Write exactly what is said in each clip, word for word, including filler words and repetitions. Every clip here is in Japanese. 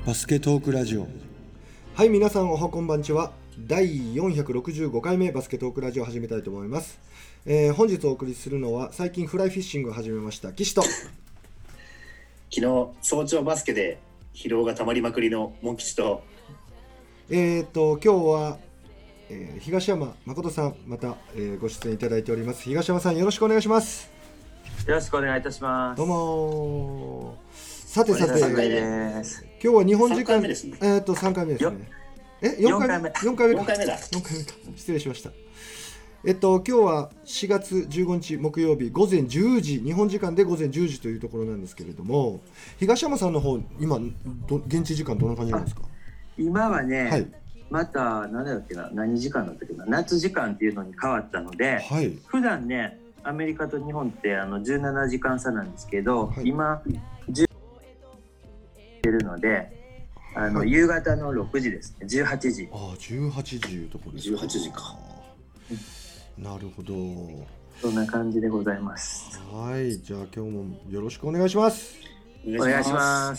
バスケトークラジオ。 はい、皆さんおはこんばんちは。だいよんひゃくろくじゅうごかいめバスケトークラジオを始めたいと思います。えー、本日お送りするのは最近フライフィッシングを始めました岸と、 昨日早朝バスケで疲労がたまりまくりのモン吉と、 えーと今日は、えー、東山誠さんまた、えー、ご出演いただいております。東山さんよろしくお願いします。 よろしくお願いいたします。 どうも。さてさて、 さんかいです。 今日は日本時間さんかいめですね。 えーとさんかいめですね。えよんかいめよんかいめかよんかいめだ。 よんかいめか失礼しました。えっと今日はしがつじゅうごにち木曜日午前じゅうじ、日本時間で午前じゅうじというところなんですけれども、東山さんの方今ど現地時間どんな感じなんですか？ 今はね、 はい、 また何だっけな何時間だったっけな夏時間っていうのに変わったので、 はい、 普段ねアメリカと日本ってあのじゅうななじかん差なんですけど、 はい、 今じゅうてるのであの、 はい、 夕方のろくじですね。じゅうはちじ。 ああじゅうはちじいうところですか。 じゅうはちじか。 なるほど。 そんな感じでございます。 はい、じゃあ今日もよろしくお願いします。 お願いします。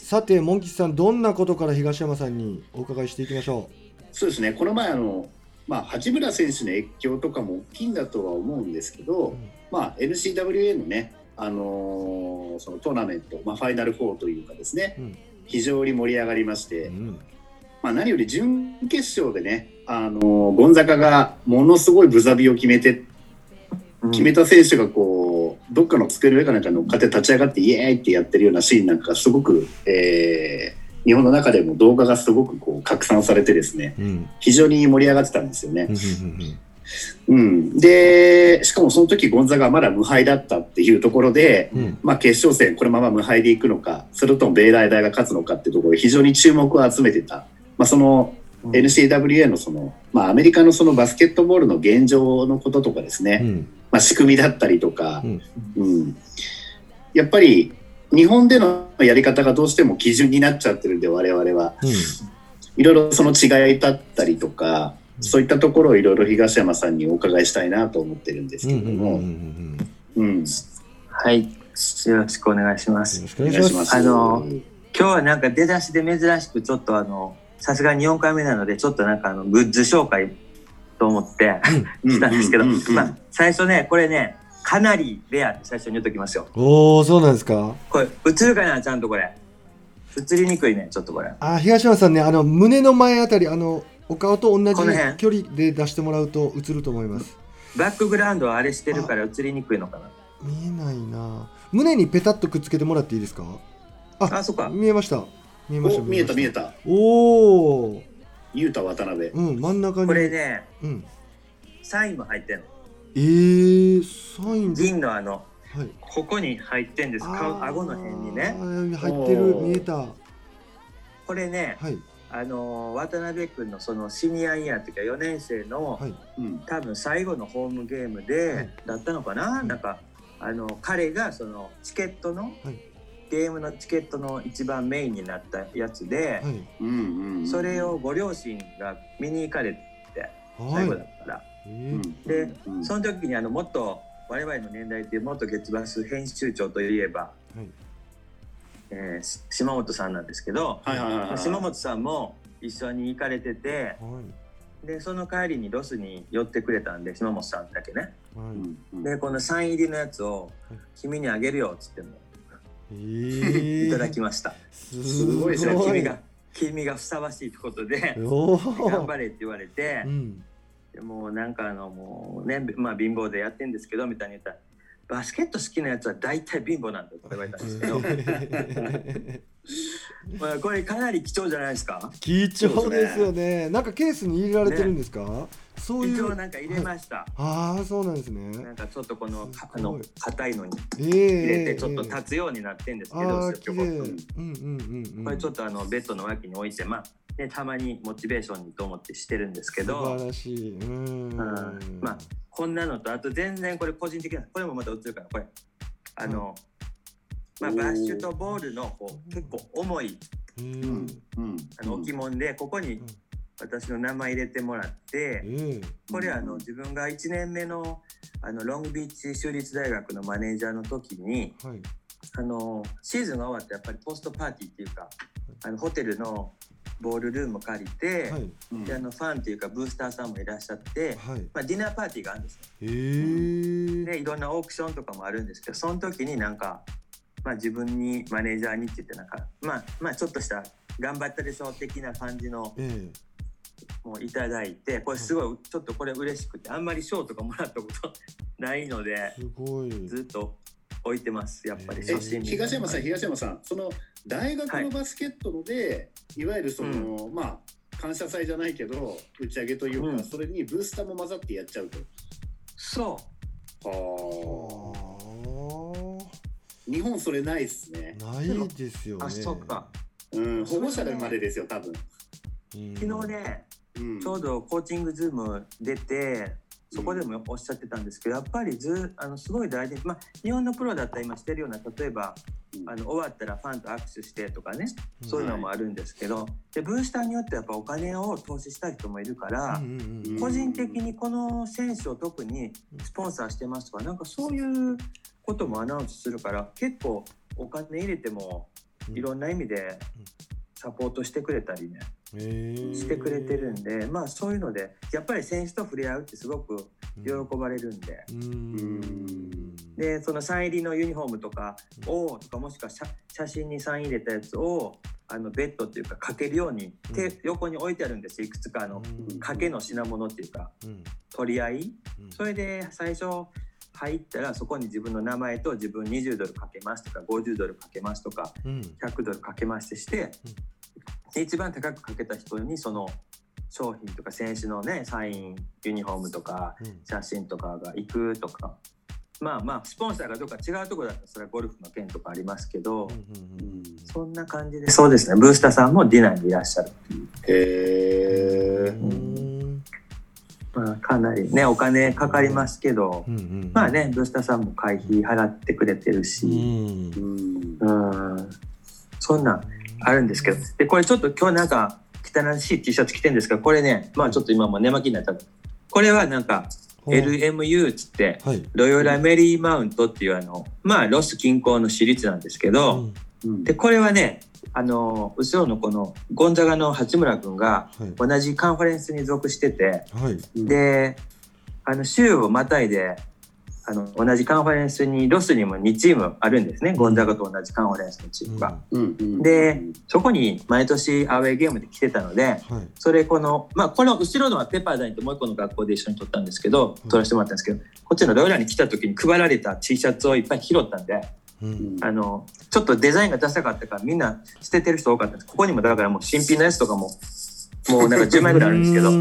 さてモン吉さん、どんなことから東山さんにお伺いしていきましょう。 そうですね、この前あの、まあ、八村選手の影響とかも大きいんだとは思うんですけど、うん、まあ、エヌシーダブリューエー のね、あのー、そのトーナメント、まあ、ファイナルフォーというかですね、うん、非常に盛り上がりまして、うん、まあ、何より準決勝でね、あのー、ゴンザカがものすごいブザビを決めて、うん、決めた選手がこうどっかの机の上かなんか乗っかって立ち上がってイエーイってやってるようなシーンなんかがすごく、えー日本の中でも動画がすごくこう拡散されてですね、うん、非常に盛り上がってたんですよね。うん、でしかもその時ゴンザがまだ無敗だったっていうところで、うん、まあ、決勝戦このまま無敗でいくのかそれともベイライ大が勝つのかっていうところで非常に注目を集めてた、まあ、その エヌシーダブリューエー の, その、まあ、アメリカのそのバスケットボールの現状のこととかですね、うん、まあ、仕組みだったりとか、うんうん、やっぱり日本でのやり方がどうしても基準になっちゃってるんで我々は、うん、いろいろその違いだったりとか、うん、そういったところをいろいろ東山さんにお伺いしたいなと思ってるんですけれども、 はい、よろしくお願いします。 よろしくお願いします。 あの今日はなんか出だしで珍しくちょっとあのさすがによんかいめなのでちょっとなんかあのグッズ紹介と思ってしたんですけど、まあ最初ねこれねかなりレアって最初に言っときますよ。 おー、そうなんですか。 これ映るかな、ちゃんとこれ映りにくいねちょっとこれ。 あ、東山さんね、あの胸の前あたり、あのお顔と同じ距離で出してもらうと映ると思います。 バックグラウンドはあれしてるから映りにくいのかな。 見えないな。胸にペタッとくっつけてもらっていいですか。あ、 あ、そっか、 見えました見えました見えた見えた。 おお、 ゆうた渡辺、 うん、真ん中にこれね、 うん、 サインも入ってんの。 えー、サイン銀のあの、 はい、 ここに入ってんです。顔顎の辺にね入ってる、見えた。 これね、はい、あの渡辺君のそのシニアイヤーというかよねん生の、はい、多分最後のホームゲームで、はい、だったのかな、はい、なんかあの彼がそのチケットの、はい、ゲームのチケットの一番メインになったやつで、はい、それをご両親が見に行かれて、最後だったら、はい、で、うん、その時にあのもっと我々の年代でもっと月バス編集長といえば、はい、えー、島本さんなんですけど、はいはいはいはい、島本さんも一緒に行かれてて、はい、でその帰りにロスに寄ってくれたんで島本さんだけね、はい、でこのサイン入りのやつを君にあげるよっつっても、えー、いただきました。 すごいですね。 君が君がふさわしいってことで頑張れって言われて、うん、でもうなんかあのもうね、まあ貧乏でやってんですけどみたいに言ったら、バスケット好きなやつは大体貧乏なんだって言われたんですけどまあこれかなり貴重じゃないですか。 貴重ですよね。なんかケースに入れられてるんですか、ね、そういう一応なんか入れました、はい、 ああそうなんですね。 なんかちょっとこのあの硬いのに入れてちょっと立つようになってんですけど、えーえー、これちょっとあのベッドの脇に置いて、まあでたまにモチベーションにと思ってしてるんですけど、 素晴らしい。うーん、うん、 まあこんなのと、あと全然これ個人的な、これもまた映るから、これあの、まあ、バッシュとボールのこう結構重い、うんうん、あの置物でここに私の名前入れてもらって、うん、これあの自分がいちねんめの、あのロングビーチ州立大学のマネージャーの時に、はい、あのシーズンが終わってやっぱりポストパーティーっていうか、 あのホテルのボールルーム借りて、はい、であのファンというかブースターさんもいらっしゃって、はい、まあ、ディナーパーティーがあるんですよ。へー。でいろんなオークションとかもあるんですけど、その時になんか、まあ、自分にマネージャーにって言ってなんか、まあ、まあちょっとした頑張ったでしょ的な感じの、えーもういただいて、これすごいちょっとこれ嬉しくて、あんまり賞とかもらったことないので、すごいずっと置いてます。やっぱり写真。 東山さん、東山さん、その大学のバスケットので、はい、いわゆるその、うん、まあ感謝祭じゃないけど打ち上げというか、うん、それにブースターも混ざってやっちゃうと。 そう。 はあ。日本それないですね。 ないですよね。 あ、そっか。 うん、保護者までですよ多分。 昨日ね。うん、ちょうどコーチングズーム出てそこでもおっしゃってたんですけど、やっぱりずあのすごい大事、まあ、日本のプロだったら今してるような、例えばあの終わったらファンと握手してとかね、そういうのもあるんですけど、でブースターによってやっぱお金を投資したい人もいるから、個人的にこの選手を特にスポンサーしてますとか、なんかそういうこともアナウンスするから、結構お金入れてもいろんな意味でサポートしてくれたりね、してくれてるんで、まあそういうのでやっぱり選手と触れ合うってすごく喜ばれるんで、うん、でそのサイン入りのユニフォームとかをとか、もしくは 写, 写真にサイン入れたやつをあのベッドっていうかかけるように手、うん、横に置いてあるんですよ。いくつかのかけの品物っていうか、うん、取り合い、うん、それで最初入ったらそこに自分の名前と自分にじゅうドルかけますとかごじゅうドルかけますとか、うん、ひゃくドルかけましてして、うん、一番高くかけた人にその商品とか選手のねサインユニフォームとか写真とかが行くとか、うん、まあまあスポンサーがどうか違うところだったらそれはゴルフの件とかありますけど、うんうんうん、そんな感じで、そうですね、ブースターさんもディナーにいらっしゃるっていう。 へー、 うんまあ、かなりねお金かかりますけど、うんうんうん、まあねブースターさんも会費払ってくれてるし、うんうん、そんなんあるんですけど、でこれちょっと今日なんか汚らしい T シャツ着てるんですが、これねまあちょっと今も寝巻きになった、これはなんか エルエムユー っつって、はい、ロイヤルメリーマウントっていうあのまあロス近郊の私立なんですけど、うん、でこれはねあの後ろのこのゴンザガの八村君が同じカンファレンスに属してて、はい、であの州をまたいであの同じカンファレンスにロスにもにチームあるんですね、ゴンザガと同じカンファレンスのチームが、うん、でそこに毎年アウェーゲームで来てたので、はい、それこのまあこの後ろのはペッパーダインともう一個の学校で一緒に撮ったんですけど、撮らせてもらったんですけど、こっちのロイヤルに来た時に配られた T シャツをいっぱい拾ったんで、うん、あのちょっとデザインがダサかったからみんな捨ててる人多かったんです。ここにもだからもう新品のやつとかももうなんかじゅうまいぐらいあるんですけど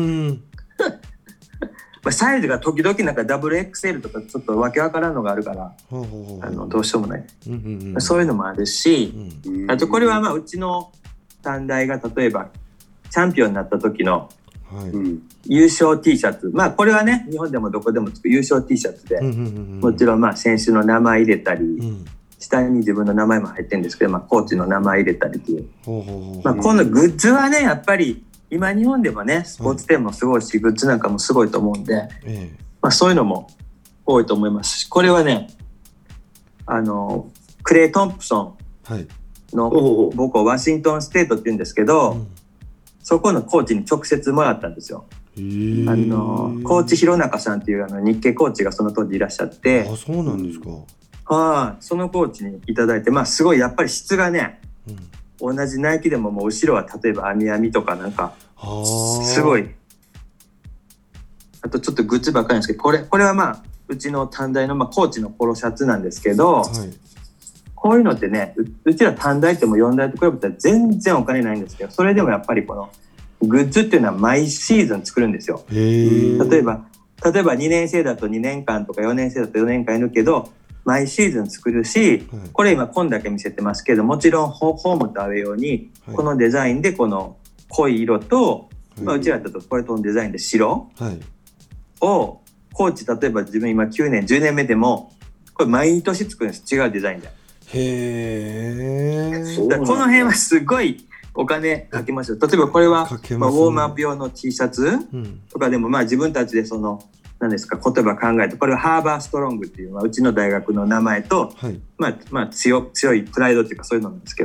まあサイズが時々なんか ダブルエックスエル とかちょっとわけわからんのがあるからあのどうしようもない、うんうんうん、そういうのもあるし、うん、あとこれはまあうちの短大が例えばチャンピオンになった時のはい、優勝 T シャツ、まあこれはね日本でもどこでもつく優勝 T シャツで、うんうんうん、もちろんまあ選手の名前入れたり、うん、下に自分の名前も入ってるんですけど、まあ、コーチの名前入れたりという、ほうほうほう、まあ、このグッズはねやっぱり今日本でもねスポーツ店もすごいし、はい、グッズなんかもすごいと思うんで、ええまあ、そういうのも多いと思いますし、これはねあのクレイ・トンプソンの、はい、僕はワシントンステートって言うんですけど、うんそこのコーチに直接もらったんですよ。あのコーチ弘中さんっていうあの日系コーチがその当時いらっしゃって、 あそうなんですか。 あそのコーチにいただいて、まあすごいやっぱり質がね、うん、同じナイキでももう後ろは例えば網網とかなんかすごい、あとちょっとグッズばっかりなんですけど、これこれはまあうちの短大のまあコーチのポロシャツなんですけど、はいこういうのってね う, うちら短大ってもよん大と比べたら全然お金ないんですけど、それでもやっぱりこのグッズっていうのは毎シーズン作るんですよ。へー。例えば例えばにねん生だとにねんかんとかよねん生だとよねんかんいるけど毎シーズン作るし、これ今こんだけ見せてますけど、もちろんホームとアウェー用にこのデザインでこの濃い色と、まあ、うちらだとこれとのデザインで白をコーチ例えば自分今きゅうねんじゅうねんめでもこれ毎年作るんです、違うデザインで。へー。この辺はすごいお金かけますよ。例えばこれは、ねまあ、ウォームアップ用の T シャツとかでも、まあ自分たちでその何ですか言葉考えて、これはハーバーストロングっていう、まあ、うちの大学の名前と、はいまあまあ、強, 強いプライドっていうかそういうのなんですけど、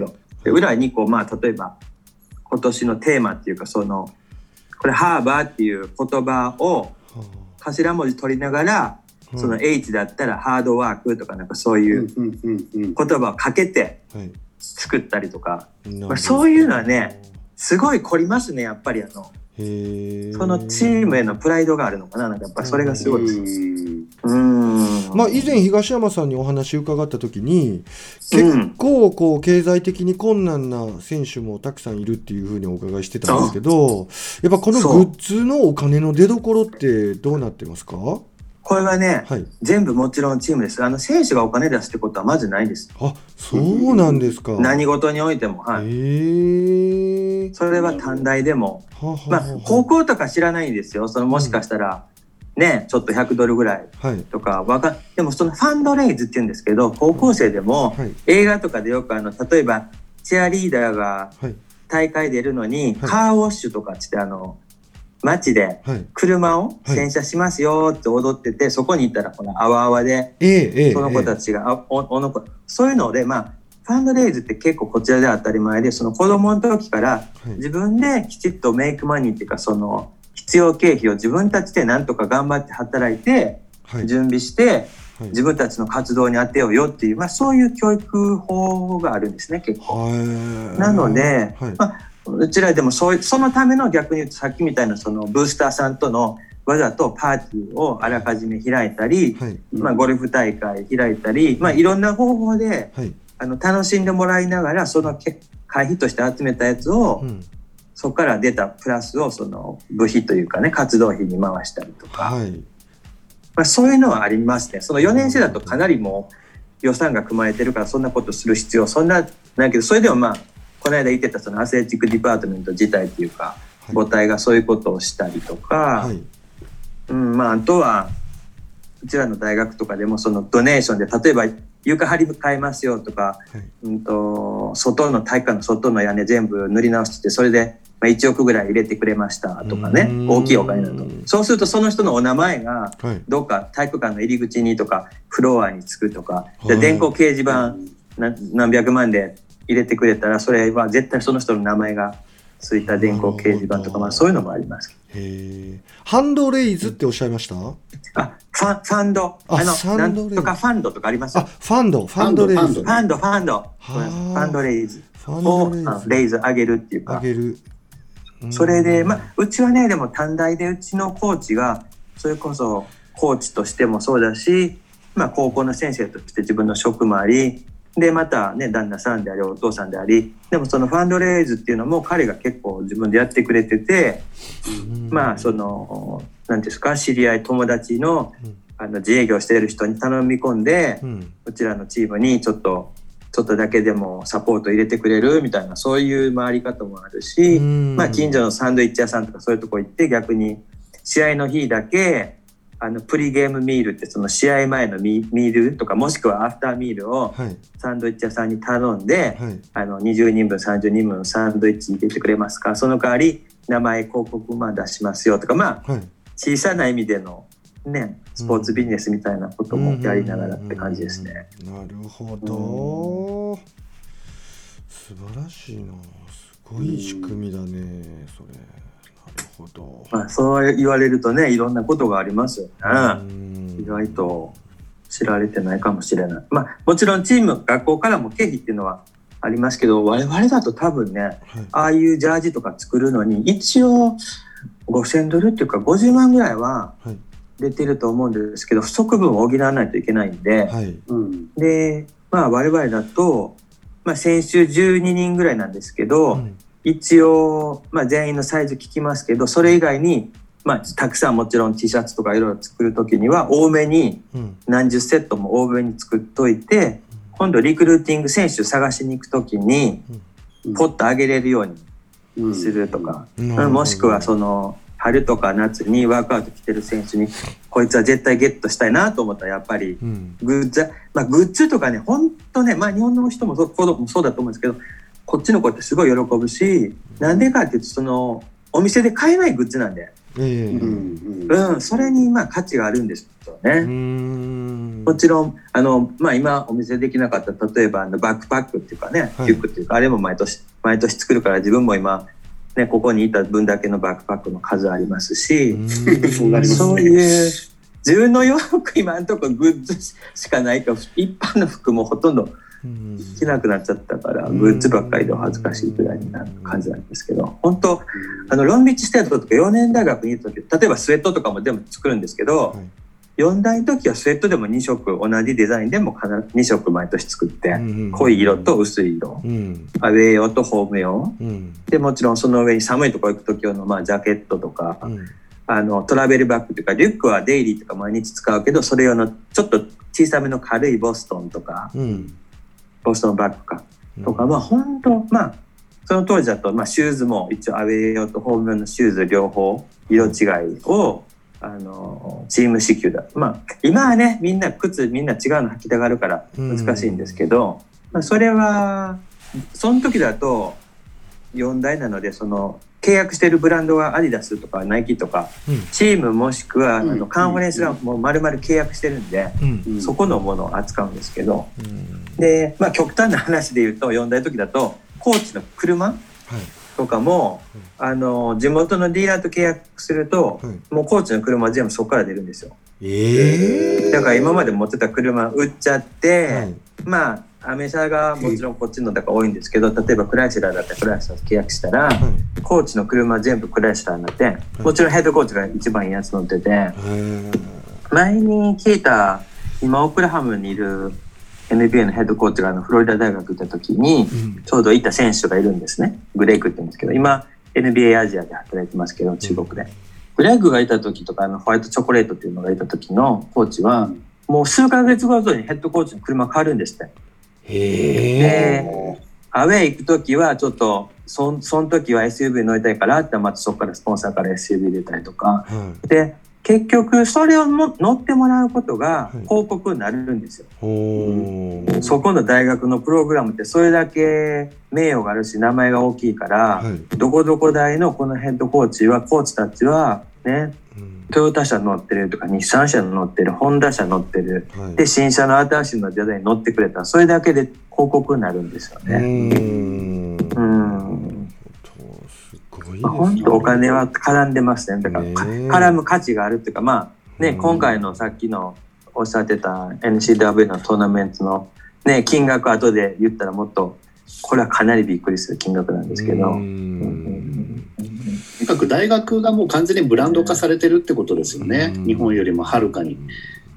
で裏にこう、まあ、例えば今年のテーマっていうかそのこれハーバーっていう言葉を頭文字取りながら、うん、その H だったらハードワークとかなんかそういう言葉をかけて作ったりとか、まあ、そういうのはねすごい凝りますねやっぱりあのへそのチームへのプライドがあるのかな、なんかやっぱりそれがすごいです。うーん、 まあ、以前東山さんにお話伺った時に結構こう経済的に困難な選手もたくさんいるっていうふうにお伺いしてたんですけど、やっぱこのグッズのお金の出所ってどうなってますか？ これはね、はい、全部もちろんチームです。あの選手がお金出すってことはまずないです。 あ、そうなんですか。 何事においても、はい、へそれは短大でも、はははまあ、高校とか知らないんですよ。そのもしかしたら、うん、ね、ちょっとひゃくドルぐらいとか、はい、わかでもそのファンドレイズって言うんですけど、高校生でも、はい、映画とかでよくあの例えばチアリーダーが大会出るのに、はい、カーウォッシュとかってあの街で車を洗車しますよって踊ってて、はい、そこに行ったらこのあわあわで、えー、その子たちが、えー、あおおの子そういうので、まあ、ファンドレイズって結構こちらでは当たり前で、その子供の時から自分できちっとメイクマニーっていうかその必要経費を自分たちでなんとか頑張って働いて準備して、はいはい、自分たちの活動に当てようよっていう、まあ、そういう教育法があるんですね結構。なので、はい、まあうちらでもそう、そのための逆に言うとさっきみたいなそのブースターさんとのわざとパーティーをあらかじめ開いたり、はい、まあ、ゴルフ大会開いたり、まあ、いろんな方法で、はい、あの楽しんでもらいながらその会費として集めたやつを、うん、そこから出たプラスをその部費というかね活動費に回したりとか、はい、まあ、そういうのはありますね。そのよねん生だとかなりもう予算が組まれてるからそんなことする必要そんなないけど、それでもまあこの間言ってたそのアスレチックディパートメント自体っていうか、はい、母体がそういうことをしたりとか、はい、うん、まあ、あとはうちらの大学とかでもそのドネーションで例えば床張り替えますよとか、はい、うんと外の体育館の外の屋根全部塗り直してそれでいちおくぐらい入れてくれましたとかね、大きいお金だと。そうするとその人のお名前がどっか体育館の入り口にとかフロアにつくとか、はい、で電光掲示板何百万で入れてくれたらそれは絶対その人の名前がついた電光掲示板とか、まあ、そういうのもあります。 へハンドレイズっておっしゃいました？ あファファンドあのなんとかファンドとかあります。 あファンドファンドレイズファンドファンドファンドレイズをレイズ上げるっていうか上げる。それで、まあ、うちはねでも短大でうちのコーチがそれこそコーチとしてもそうだし、まあ、高校の先生として自分の職もありでまたね旦那さんでありお父さんであり、でもそのファンドレイズっていうのも彼が結構自分でやってくれてて、まあその何ですか知り合い友達のあの自営業している人に頼み込んで、うちらのチームにちょっとちょっとだけでもサポート入れてくれるみたいなそういう回り方もあるし、まあ近所のサンドイッチ屋さんとかそういうとこ行って逆に試合の日だけあのプリゲームミールってその試合前のミールとかもしくはアフターミールをサンドイッチ屋さんに頼んで、はい、あのにじゅうにんぶんさんじゅうにんぶんサンドイッチ入れてくれますか、その代わり名前広告まあ出しますよとか、まあ、はい、小さな意味でのねスポーツビジネスみたいなこともやりながらって感じですね。 なるほど、うん、素晴らしいな、すごい仕組みだねそれ。なるほど、 まあ、そう言われるとねいろんなことがありますよね。意外と知られてないかもしれない。まあもちろんチーム学校からも経費っていうのはありますけど、我々だと多分ね、はい、ああいうジャージとか作るのに一応ごせんドルっていうかごじゅうまんぐらいは出てると思うんですけど、不足分を補わないといけないんで、はい、うん、でまあ我々だと、まあ、先週じゅうににんぐらいなんですけど、うん、一応、まあ、全員のサイズ聞きますけど、それ以外に、まあ、たくさんもちろん T シャツとかいろいろ作る時には多めに、何十セットも多めに作っといて、うん、今度リクルーティング選手探しに行く時に、うん、ポッと上げれるようにするとか、うん、もしくはその春とか夏にワークアウト来てる選手にこいつは絶対ゲットしたいなと思ったらやっぱりグッズ、まあ、グッズとかね本当ね、まあ、日本の人もそうもそうだと思うんですけど、こっちの子ってすごい喜ぶし、なんでかっていうとそのお店で買えないグッズなんで、うんうん、それにまあ価値があるんですよね。うーんもちろんあの、まあ、今お見せできなかった例えばあのバックパックっていうかね、リュックっていうか、あれも毎年毎年作るから、自分も今、ね、ここにいた分だけのバックパックの数ありますし、そういう自分の洋服今のところグッズしかないから、一般の服もほとんど着なくなっちゃったから、グッズばっかりで恥ずかしいくらいになる感じなんですけど、本当あのロンビッチステートとかよねん大学にいた時、例えばスウェットとかも全部作るんですけど、はい、よん代の時はスウェットでもに色、同じデザインでも必ずに色毎年作って、うんうんうん、濃い色と薄い色、うん、アウェー用とホーム用、うん、でもちろんその上に寒いところ行く時用の、まあ、ジャケットとか、うん、あのトラベルバッグというか、リュックはデイリーとか毎日使うけど、それ用のちょっと小さめの軽いボストンとか、うん、ボストンバッグかとか、うん、まあ本当まあその当時だと、まあ、シューズも一応アウェー用とホーム用のシューズ両方色違いをあのチーム支給だ、まあ今はねみんな靴みんな違うの履きたがるから難しいんですけど、うんまあ、それはその時だとよん代なので、その契約してるブランドがアディダスとかナイキとか、うん、チームもしくは、うん、あのカンファレンスがもう丸々契約してるんで、うん、そこのものを扱うんですけど、うん、で、まあ、極端な話で言うとよん代の時だとコーチの車、はいとかも、あの地元のディーラーと契約すると、はい、もうコーチの車は全部そこから出るんですよ、えー、だから今まで持ってた車売っちゃって、はい、まあアメ車がもちろんこっちのだから多いんですけど、例えばクライスラーだったらクライスラーと契約したら、はい、コーチの車は全部クライスラーになって、はい、もちろんヘッドコーチが一番いいやつ乗ってて、はい、前に聞いた今オクラハムにいるエヌビーエー のヘッドコーチがあのフロリダ大学行った時にちょうどいた選手がいるんですね。グレイクって言うんですけど、今 エヌビーエー アジアで働いてますけど、中国で。グレイクがいた時とか、あのホワイトチョコレートっていうのがいた時のコーチはもう数ヶ月ごとにヘッドコーチの車変わるんですって。へー。アウェイ行く時はちょっとそ, その時は エスユーブイ 乗りたいからって、またそこからスポンサーから エスユーブイ 入れたりとか、うん、で結局それをの乗ってもらうことが広告になるんですよ、はい、そこの大学のプログラムってそれだけ名誉があるし名前が大きいから、はい、どこどこ大のこのヘッドコーチはコーチたちはね、うん、トヨタ車乗ってるとか日産車乗ってるホンダ車乗ってる、はい、で新車の新しいのデザイン乗ってくれたらそれだけで広告になるんですよね。うんうんまあ、本当お金は絡んでますね。だから絡む価値があるっていうか、まあね、今回のさっきのおっしゃってた エヌシーダブリュー のトーナメントの、ね、金額後で言ったらもっとこれはかなりびっくりする金額なんですけど、とにかく大学がもう完全にブランド化されてるってことですよね。日本よりもはるかに。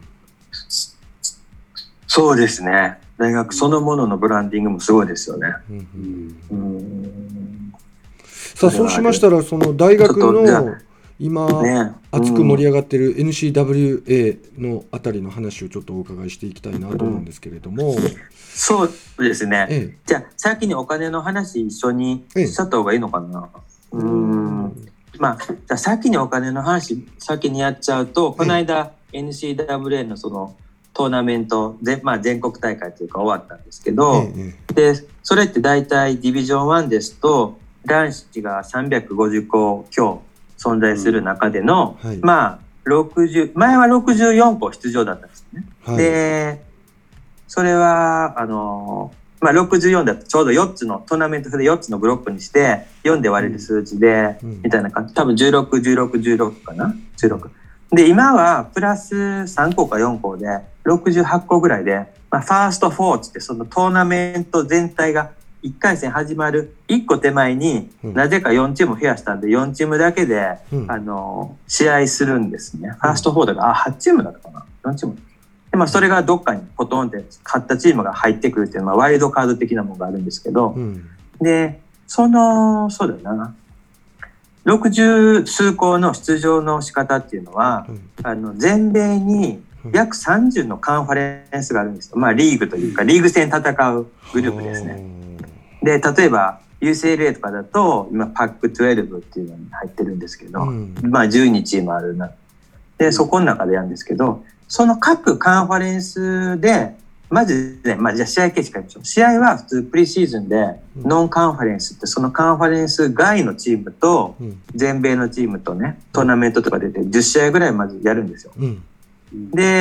そうですね。大学そのもののブランディングもすごいですよね。うんうんさあそうしましたら、その大学の今、ね、熱く盛り上がっている エヌシーダブリューエー のあたりの話をちょっとお伺いしていきたいなと思うんですけれども、うん、 そうですね、ええ、じゃあ先にお金の話一緒にしちゃった方がいいのかな、ええ、うーんまあじゃあ先にお金の話先にやっちゃうと、この間 エヌシーダブリューエー のそのトーナメント全、まあ、全国大会というか終わったんですけど、ええ、でそれって大体ディビジョンワンですと男子がさんびゃくごじゅっこ強存在する中での、うんはい、まあろくじゅう前はろくじゅうよんこ出場だったんですね、はい、でそれはあの、まあ、ろくじゅうよんだとちょうどよっつのトーナメントでよっつのブロックにしてよんで割れる数字で、うん、みたいな感じ、多分じゅうろく、じゅうろく、じゅうろくかなじゅうろくで、今はプラスさんこかよんこでろくじゅうはっこぐらいで、まあ、ファーストフォーってそのトーナメント全体がいっかい戦始まるいっこ手前に、うん、なぜかよんチーム増やしたんでよんチームだけで、うん、あの試合するんですね、うん、ファーストフォーだからあはちチームだったかなよんチームで、まあ、それがどっかにポトンって勝ったチームが入ってくるっていう、まあ、ワイルドカード的なものがあるんですけど、うん、でそのそうだよなろくじゅう数校の出場の仕方っていうのは、うん、あの全米に約さんじゅうのカンファレンスがあるんですよ、まあ、リーグというかリーグ戦戦うグループですね。で例えば ユーシーエルエー とかだと今 パックじゅうに っていうのに入ってるんですけど、うん、まあじゅうにチームあるなでそこの中でやるんですけど、その各カンファレンスでまずね、まあ、じゃあ試合形式からいきましょう。試合は普通プリシーズンでノンカンファレンスってそのカンファレンス外のチームと全米のチームとねトーナメントとか出てじゅっしあいぐらいまずやるんですよ、うん、で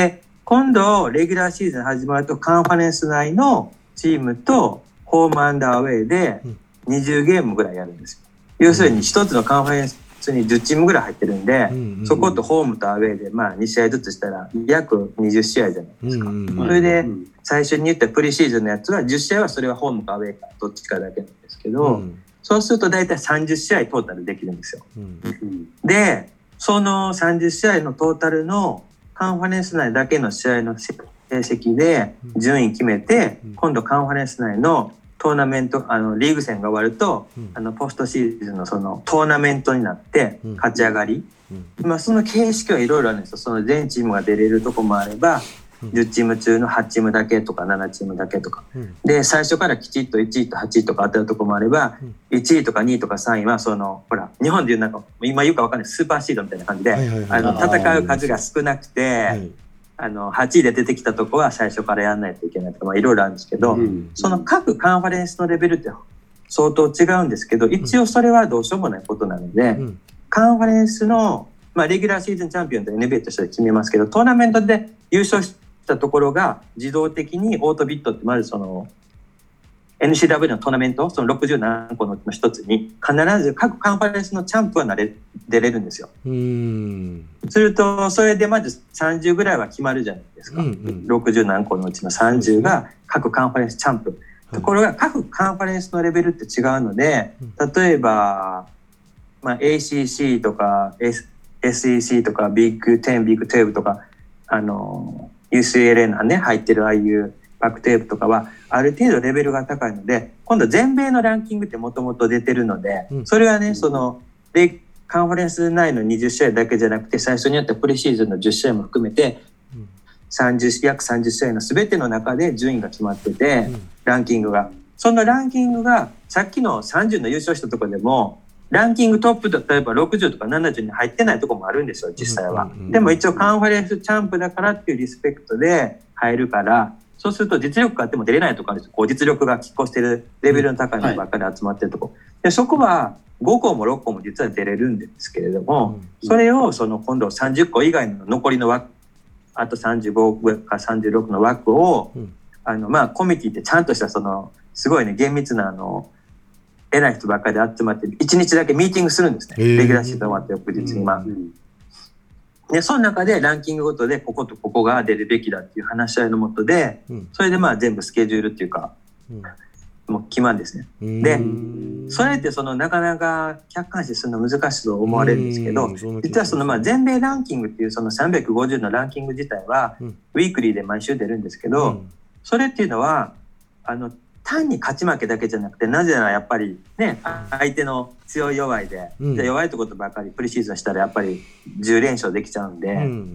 今度レギュラーシーズン始まるとカンファレンス内のチームとホームアンダーウェイでにじゅうゲームぐらいやるんですよ。要するに一つのカンファレンスにじゅうチームぐらい入ってるんで、うんうん、そことホームとアウェイでまあに試合ずつしたら約にじゅう試合じゃないですか、うんうん、それで最初に言ったプリシーズンのやつはじゅう試合はそれはホームかアウェイかどっちかだけなんですけど、うん、そうすると大体さんじゅう試合トータルできるんですよ、うんうん、でそのさんじゅう試合のトータルのカンファレンス内だけの試合の成績で順位決めて、うん、今度カンファレンス内のトーナメントあのリーグ戦が終わると、うん、あのポストシーズンのそのトーナメントになって勝ち上がり、うんうん、まあ、その形式はいろいろあるんですよ。その全チームが出れるとこもあれば、うん、じゅうチーム中のはちチームだけとかななチームだけとか、うん、で最初からきちっといちいとはちいとか当たるとこもあれば、うん、いちいとかにいとかさんいはそのほら日本でいうなんか今言うか分かんないスーパーシードみたいな感じで、はいはいはい、あの戦う数が少なくて、はい、あのはちいで出てきたとこは最初からやんないといけないとか、まあ、いろいろあるんですけど、うん、その各カンファレンスのレベルって相当違うんですけど、一応それはどうしようもないことなので、うん、カンファレンスの、まあ、レギュラーシーズンチャンピオンと エヌビーエー として決めますけど、トーナメントで優勝したところが自動的にオートビットってまずその エヌシーダブリュー のトーナメントそのろくじゅうなんこの一つに必ず各カンファレンスのチャンプはなれ出れるんですよ。うーんするとそれでまずさんじゅうぐらいは決まるじゃないですか、うんうん、ろくじゅうなんこのうちのさんじゅうが各カンファレンスチャンプ、うん、ところが各カンファレンスのレベルって違うので、例えば、まあ、エーシーシー とか エスイーシー とかビッグテンビッグじゅうとかあの ユーシーエルエー のね入ってるああいうバックテープとかはある程度レベルが高いので、今度全米のランキングってもともと出てるので、それはねそのでカンファレンス内のにじゅう試合だけじゃなくて最初にやったプレシーズンのじゅう試合も含めてさんじゅう約さんじゅう試合の全ての中で順位が決まってて、ランキングがそのランキングがさっきのさんじゅうの優勝したところでもランキングトップと例えばろくじゅうとかななじゅうに入ってないところもあるんですよ実際は。でも一応カンファレンスチャンプだからっていうリスペクトで入るから、そうすると実力があっても出れないところあるんですよ。こう実力が拮抗してるレベルの高いのばっかり集まってるところ、はい、でそこはごこもろっこも実は出れるんですけれども、うん、それをその今度さんじゅっこ以外の残りの枠あとさんじゅうごかさんじゅうろくの枠を、うん、あのまあコミュニティってちゃんとしたそのすごいね厳密なあの偉い人ばっかりで集まっていちにちだけミーティングするんですね、レギュラーシーズン終わって翌日に、まあうんでその中でランキングごとでこことここが出るべきだっていう話し合いのもとで、うん、それでまあ全部スケジュールっていうか、うん、もう決まるんですね。でそれってそのなかなか客観視するの難しいと思われるんですけど、実はそのまあ全米ランキングっていうそのさんびゃくごじゅうのランキング自体は、うん、ウィークリーで毎週出るんですけど、うん、それっていうのはあの単に勝ち負けだけじゃなくて、なぜならやっぱりね相手の強い弱いで、うん、じゃ弱いところばかりプレシーズンしたらやっぱりじゅう連勝できちゃうんで、うん、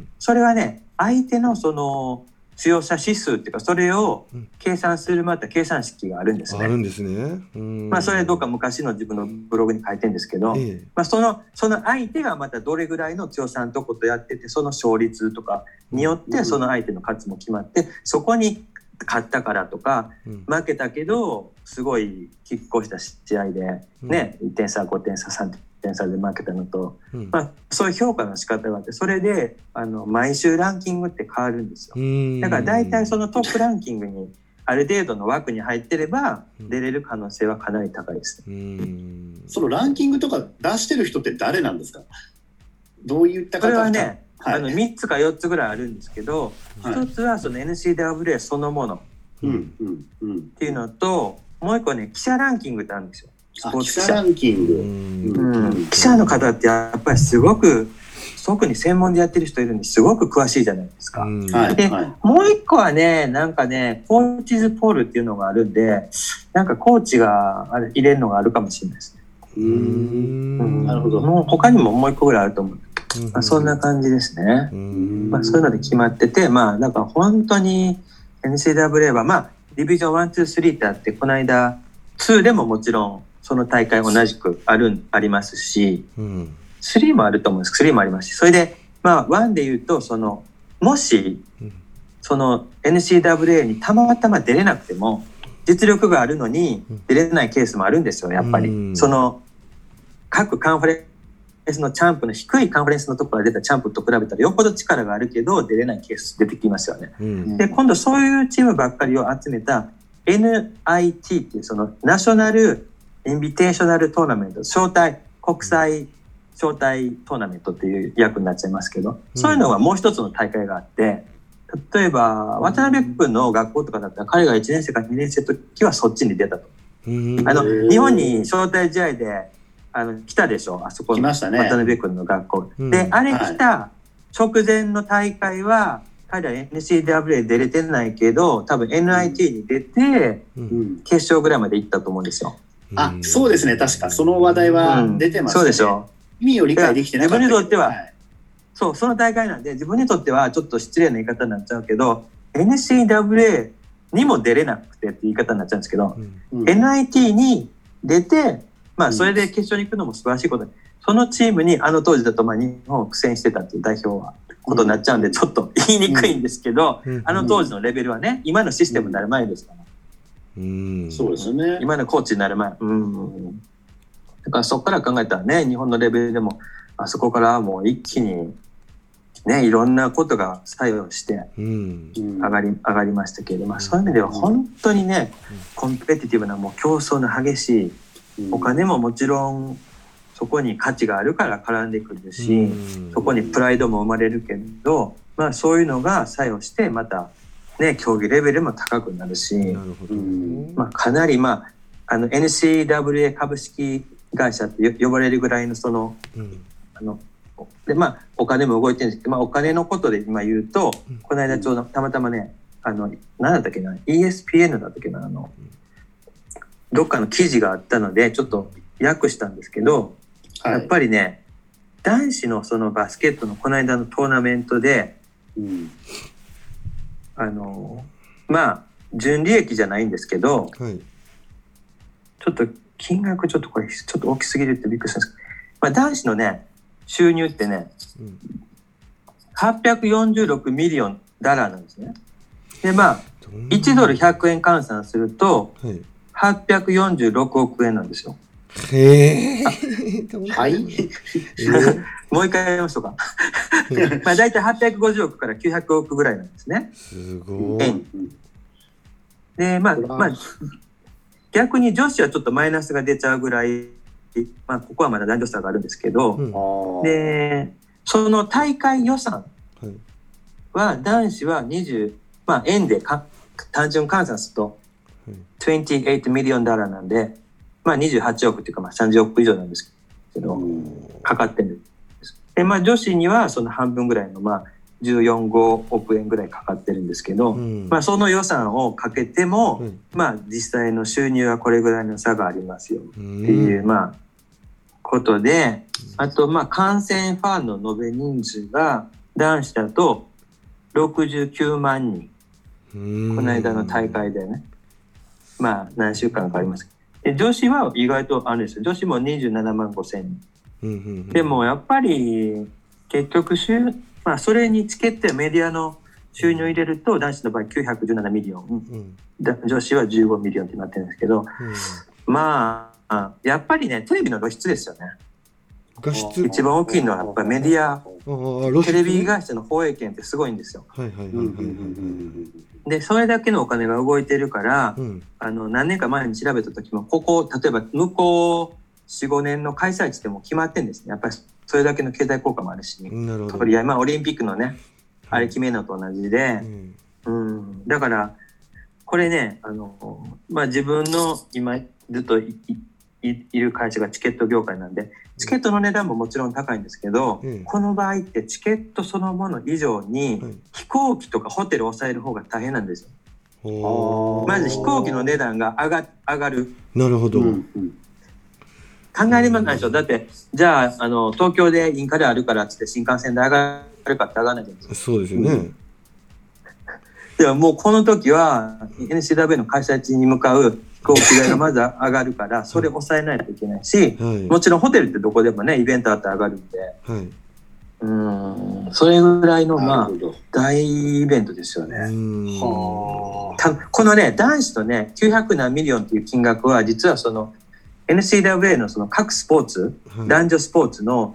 それはね相手のその強さ指数っていうかそれを計算するまた計算式があるんですね。 あるんですね。うん、 まあそれどっか昔の自分のブログに書いてるんですけど、ええ、まあそのその相手がまたどれぐらいの強さのとことやってて、その勝率とかによってその相手の勝つも決まって、そこに勝ったからとか、うん、負けたけどすごい拮抗した試合で、うん、ねいってん差ごてん差さんてん差で負けたのと、うんまあ、そういう評価の仕方があって、それであの毎週ランキングって変わるんですよ。だから大体そのトップランキングにある程度の枠に入ってれば出れる可能性はかなり高いですね。 うんそのランキングとか出してる人って誰なんですか？どういった方？ これはねはい、あのみっつかよっつぐらいあるんですけど、はい、ひとつはその エヌシーダブリューエー そのものっていうのと、もう一個ね記者ランキングってあるんですよ。 スポーツ記者ランキング、 うんうん、記者の方ってやっぱりすごく特に専門でやってる人いるんですごく詳しいじゃないですか。で、はい、もう一個はねなんかねコーチズポールっていうのがあるんで、なんかコーチがあれ入れるのがあるかもしれないですね。うーんなるほど。もう他にももう一個ぐらいあると思う。まあ、そんな感じですね。まあ、そういうので決まってて、まあだから本当に エヌシーダブリューエー はまあディビジョンいち、に、さんってあって、この間にでももちろんその大会同じくあるありますし、うん、さんもあると思うんです。さんもありますし、それでまあいちで言うとそのもしその エヌシーダブリューエー にたまたま出れなくても実力があるのに出れないケースもあるんですよ。やっぱり、うん、その各カンファレンレンスのチャンプの低いカンファレンスのところから出たチャンプと比べたらよっぽど力があるけど出れないケース出てきますよね。うん、で今度そういうチームばっかりを集めた エヌアイティー っていうそのナショナルインビテーショナルトーナメント、招待国際招待トーナメントっていう役になっちゃいますけど、そういうのがもう一つの大会があって、例えば渡辺君の学校とかだったら彼がいちねん生かにねん生の時はそっちに出たと。あの日本に招待試合であの来たでしょ、あそこの渡辺君の学校、ね、であれ来た直前の大会は彼は エヌシーダブリュー 出れてないけど多分 エヌアイティー に出て、うん、決勝ぐらいまで行ったと思うんですよ。 あ、そうですね、確かその話題は出てますね、うん、そうでしょ。意味を理解できてなかった。 自分にとっては、はい、そうその大会なんで自分にとってはちょっと失礼な言い方になっちゃうけど エヌシーダブリュー にも出れなくてって言い方になっちゃうんですけど、うん、エヌアイティー に出て、まあ、それで決勝に行くのも素晴らしいことで、そのチームにあの当時だとまあ日本を苦戦してたっていう代表はことになっちゃうんでちょっと言いにくいんですけど、うん、あの当時のレベルはね今のシステムになる前ですから、 うん、そうですね、 今のコーチになる前、うん、だからそこから考えたらね日本のレベルでもあそこからもう一気にねいろんなことが作用して上がり、うん、上がりましたけれども、まあ、そういう意味では本当にねコンペティティブなもう競争の激しい、お金ももちろんそこに価値があるから絡んでくるし、そこにプライドも生まれるけど、まあ、そういうのが作用してまた、ね、競技レベルも高くなるし、なるほど、まあ、かなり、まあ、あの エヌシーダブリューエー 株式会社って呼ばれるぐらいのその、うん、あので、まあ、お金も動いてるんですけど、まあ、お金のことで今言うと、うん、この間ちょうどたまたまねあの何だったっけな イーエスピーエヌ だったっけなあのどっかの記事があったのでちょっと訳したんですけど、はい、やっぱりね男子のそのバスケットのこの間のトーナメントで、うん、あのまあ純利益じゃないんですけど、はい、ちょっと金額ちょっとこれちょっと大きすぎるってびっくりしたんですけど、まあ、男子のね収入ってね、うん、はっぴゃくよんじゅうろくミリオンダラーなんですね。でまあいちドルひゃくえん換算すると、はい、はっぴゃくよんじゅうろくおくえんなんですよ。 へえ。 はい。 もう一回やりましょうか。まあ大体はっぴゃくごじゅうおくからきゅうひゃくおくぐらいなんですね。 すごい。 でまあまあ逆に女子はちょっとマイナスが出ちゃうぐらい、まあここはまだ男女差があるんですけど、うん、でその大会予算は男子はにじゅう、まあ円でか単純換算するとにじゅうはちミリオンダラーなんで、まあにじゅうはちおくっていうかまあさんじゅうおく以上なんですけど、かかってるんです。でまあ女子にはその半分ぐらいのまあじゅうよん、ごおくえんぐらいかかってるんですけど、うん、まあその予算をかけても、うん、まあ実際の収入はこれぐらいの差がありますよっていう、うん、まあことで、あとまあ観戦ファンの延べ人数が男子だとろくじゅうきゅうまんにん、この間の大会でね、まあ何週間かありますけど、で女子は意外とあるんですよ。女子もにじゅうななまんごせんにん、うんうんうん、でもやっぱり結局収まあ、それにチケットやメディアの収入を入れると男子の場合きゅうひゃくじゅうななミリオン、うん、女子はじゅうごミリオンってなってるんですけど、うん、まあやっぱりねテレビの露出ですよね。 画質一番大きいのはやっぱりメディア、テレビ会社の放映権ってすごいんですよ。でそれだけのお金が動いてるから、うん、あの何年か前に調べた時もここ例えば向こう よん,ご 年の開催地でも決まってるんですね。やっぱりそれだけの経済効果もあるし、とりあえずまあオリンピックのねあれ決めるのと同じで、うんうん、だからこれねあの、まあ、自分の今ずっと い, い, いる会社がチケット業界なんでチケットの値段ももちろん高いんですけど、うん、この場合ってチケットそのもの以上に、うん、飛行機とかホテルを抑える方が大変なんですよ。まず飛行機の値段が上 が, 上がる。 なるほど、うんうん考えればないでしょ。だってじゃあ、あの東京でインカレあるからっつって新幹線で上がるかって上がらないじゃないですか。 そうですよね、うん、 でももうこの時は エヌシーダブリュー の開催地に向かう飛行機代がまず上がるからそれを抑えないといけないし、はい、もちろんホテルってどこでもねイベントあって上がるんで、はい、うんそれぐらいのまあ大イベントですよね。うんはたこのね男子とねきゅうひゃくなんミリオンっていう金額は実はそのエヌシーダブリュー のその各スポーツ、はい、男女スポーツの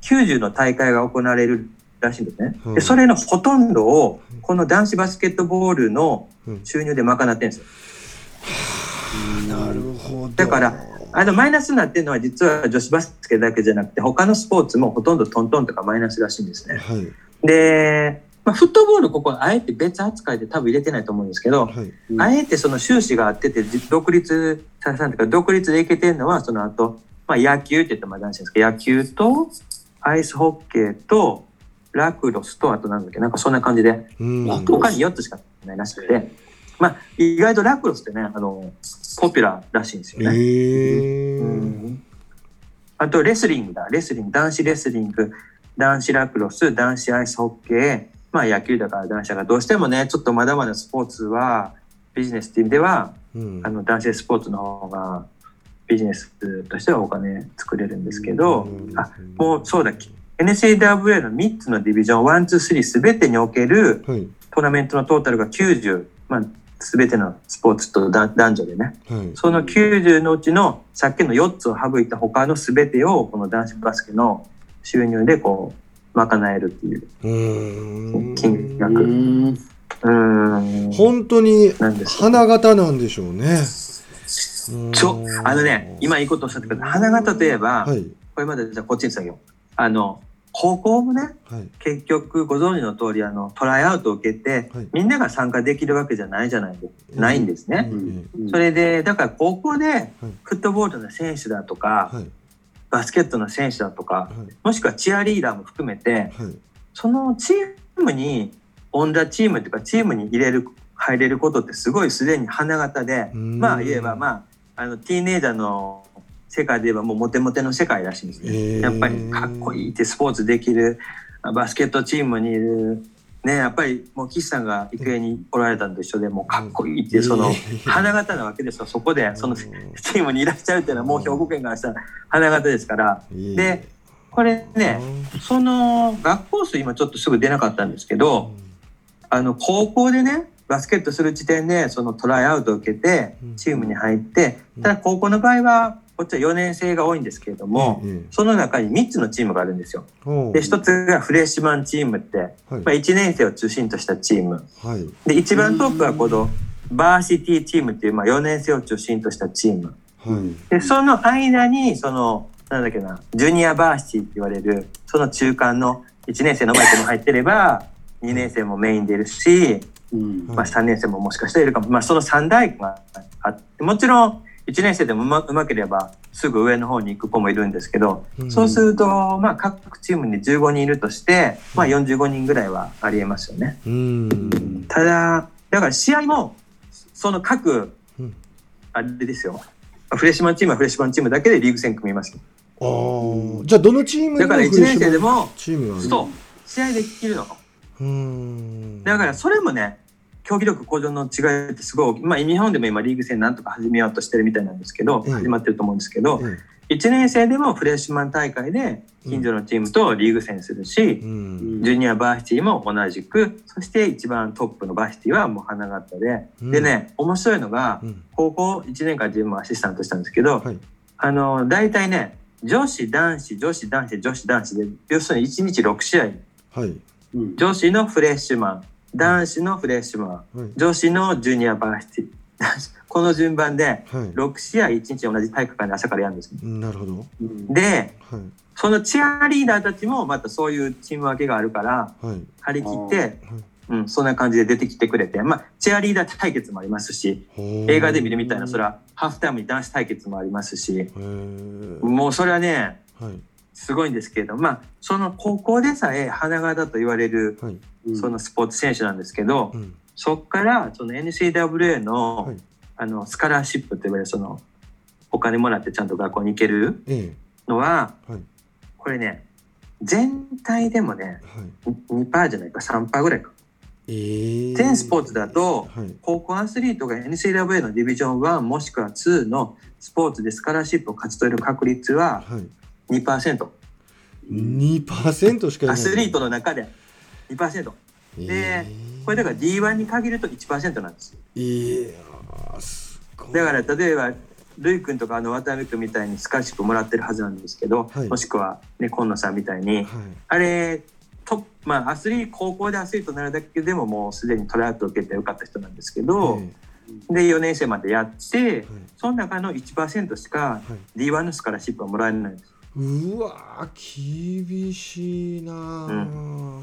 きゅうじゅうの大会が行われるらしいんですね、うん、でそれのほとんどをこの男子バスケットボールの収入で賄ってるんですよ、 うん、なるほど。 だからあのマイナスになってるのは実は女子バスケだけじゃなくて他のスポーツもほとんどトントンとかマイナスらしいんですね、はい、で、まあ、フットボールここあえて別扱いで多分入れてないと思うんですけど、はい、うん、あえてその収支があってて独立させたというか独立でいけてるのはその後、まあ、野球って言っても男子ですけど野球とアイスホッケーとラクロスとあとなんだっけなんかそんな感じで他によっつしかないらしくて、まあ、意外とラクロスってねあのポピュラーらしいんですよね、へうん、あとレスリングだレスリング男子レスリング男子ラクロス男子アイスホッケー、まあ、野球だから男子がどうしてもねちょっとまだまだスポーツはビジネスっていう意味では、うん、あの男子スポーツの方がビジネスとしてはお金作れるんですけど、うん、あもうそうだっけエヌシーダブリュー のみっつのディビジョンいち、に、さんすべてにおけるトーナメントのトータルがきゅうじゅう、まあ、全てのスポーツと男女でね、はい、そのきゅうじゅうのうちのさっきのよっつを省いた他の全てをこの男子バスケの収入でこう賄えるっていう金額。うーん本当に花形なんでしょうね。 そうあのね今いいことおっしゃってくれた花形といえば、はい、これまでじゃあこっちに下げようあの高校もね、はい、結局ご存知の通りあのトライアウトを受けて、はい、みんなが参加できるわけじゃないじゃない、うん、ないんですね、うんうん、それでだから高校でフットボールの選手だとか、はい、バスケットの選手だとか、はい、もしくはチアリーダーも含めて、はい、そのチームにオンダチームというかチームに入れる入れることってすごいすでに花形で、まあ言えばまああのティーネイジャーの世界で言えばもうモテモテの世界らしいんですね。やっぱりかっこいいってスポーツできるバスケットチームにいるねやっぱりもう岸さんが育英におられたのと一緒でもうかっこいいっていうその花形なわけですよ。そこでそのチームにいらっしゃるっていうのはもう兵庫県からしたら花形ですからでこれねその学校数今ちょっとすぐ出なかったんですけどあの高校でねバスケットする時点でそのトライアウトを受けてチームに入ってただ高校の場合はこっちはよねん生が多いんですけれども、うんうん、その中にみっつのチームがあるんですよ。でひとつがフレッシュマンチームって、はいまあ、いちねん生を中心としたチーム、はい、で一番トップはこのバーシティチームっていう、まあ、よねん生を中心としたチーム、はい、でその間にそのなんだっけなジュニアバーシティって言われるその中間のいちねん生のマイクも入ってればにねん生もメインでいるし、うんまあ、さんねん生ももしかしたらいるかも、まあ、そのさん代があってもちろんいちねん生でもう ま, うまければすぐ上の方に行く子もいるんですけど、うん、そうすると、まあ、各チームにじゅうごにんいるとして、まあ、よんじゅうごにんぐらいはありえますよね、うん、ただだから試合もその各あれですよフレッシュマンチームはフレッシュマンチームだけでリーグ戦組みます。 あ、うん、じゃあどのチームにもだからいちねん生でもチームがあるそう試合できるの。うんだからそれもね競技力向上の違いってすごい大きい、まあ、日本でも今リーグ戦なんとか始めようとしてるみたいなんですけど、うん、始まってると思うんですけど、うん、いちねん生でもフレッシュマン大会で近所のチームとリーグ戦するし、うん、ジュニアバーシティも同じくそして一番トップのバーシティはもう花形で、うん、でね面白いのが、うん、高校いちねんかん自分もアシスタントしたんですけど、はい、あの大体ね女子男子女子男子女子男子で要するにいちにちろく試合、はいうん、女子のフレッシュマン男子のフレッシュマン、はい、女子のジュニアバーシティこの順番でろく試合いちにち同じ体育館で朝からやるんです、ね、 なるほど。 で、はい、そのチアリーダーたちもまたそういうチーム分けがあるから、はい、張り切って、はいうん、そんな感じで出てきてくれて、まあ、チアリーダー対決もありますし映画で見るみたいなそれはハーフタイムに男子対決もありますしもうそれはね、はい、すごいんですけれど、まあ、その高校でさえ花形と言われる、はいそのスポーツ選手なんですけど、うん、そこからその エヌシーダブリュー の、はい、あのスカラーシップといわれるそのお金もらってちゃんと学校に行けるのは、ええはい、これね全体でもね、はい、にパーセント じゃないか さんパーセント ぐらいか、えー、全スポーツだと、はい、高校アスリートが エヌシーダブリュー のディビジョンいちもしくはにのスポーツでスカラーシップを勝ち取れる確率は にパーセント、はい、 にパーセント しかいない。 アスリートの中でにパーセント で、えー、これだから ディーワン に限ると いちパーセント なんですよ。いやすごい。だから例えばルイ君とかあの渡辺君みたいにスカラシップもらってるはずなんですけど、はい、もしくは、ね、今野さんみたいに、はい、あれと、まあ、アスリート高校でアスリートになるだけでももうすでにトライアウトを受けて受かった人なんですけど、でよねん生までやって、はい、その中の いちパーセント しか ディーワン のスカラシップはもらえないんです。 うわ厳しいな、うん、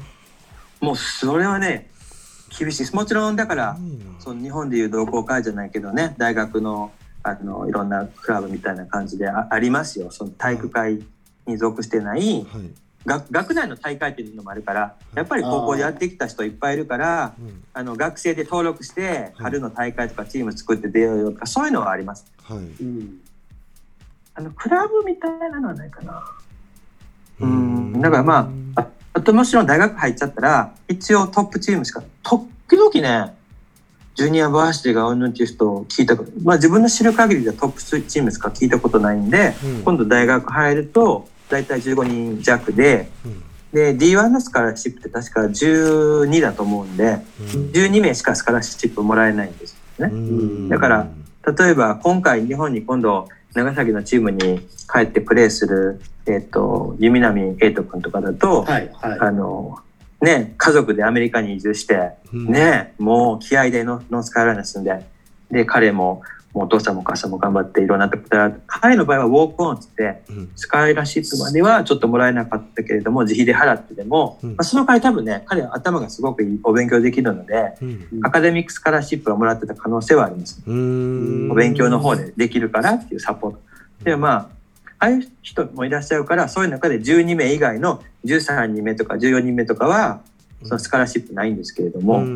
もうそれはね厳しいです。もちろんだからその日本でいう同好会じゃないけどね、大学のあのいろんなクラブみたいな感じで あ, ありますよ。その体育会に属してない、はい、学, 学内の大会っていうのもあるから、やっぱり高校でやってきた人いっぱいいるから、ああの学生で登録して春の大会とかチーム作って出ようよとかそういうのはあります、はい、うん、あのクラブみたいなのはないかな。うんだからまあ あ, あともちろん大学入っちゃったら一応トップチームしか時々ねジュニアバーシティがうんぬんっていう人を聞いたこと、まあ、自分の知る限りではトップチームしか聞いたことないんで、うん、今度大学入ると大体じゅうごにん弱で、うん、で ディーワン のスカラシップって確かじゅうにだと思うんで、うん、じゅうにめいしかスカラシップもらえないんですよね、うん、だから例えば今回日本に今度長崎のチームに帰ってプレーする、えー、と弓波瑛斗君とかだと、はいはい、あのね、家族でアメリカに移住して、うん、ね、もう気合でノースカロライナに住んで、で彼ももうお父さんもお母さんも頑張っていろんなところで、彼の場合はウォークオンって言って、うん、スカイラシップまではちょっともらえなかったけれども自費で払ってでも、うんまあ、その代わり多分ね彼は頭がすごくいいお勉強できるので、うん、アカデミックスカラシップをもらってた可能性はあります、うん、お勉強の方でできるからっていうサポートで、まあああいう人もいらっしゃるから、そういう中でじゅうにめい以外のじゅうさんにんめとかじゅうよにんめとかはそのスカラシップないんですけれども、うん、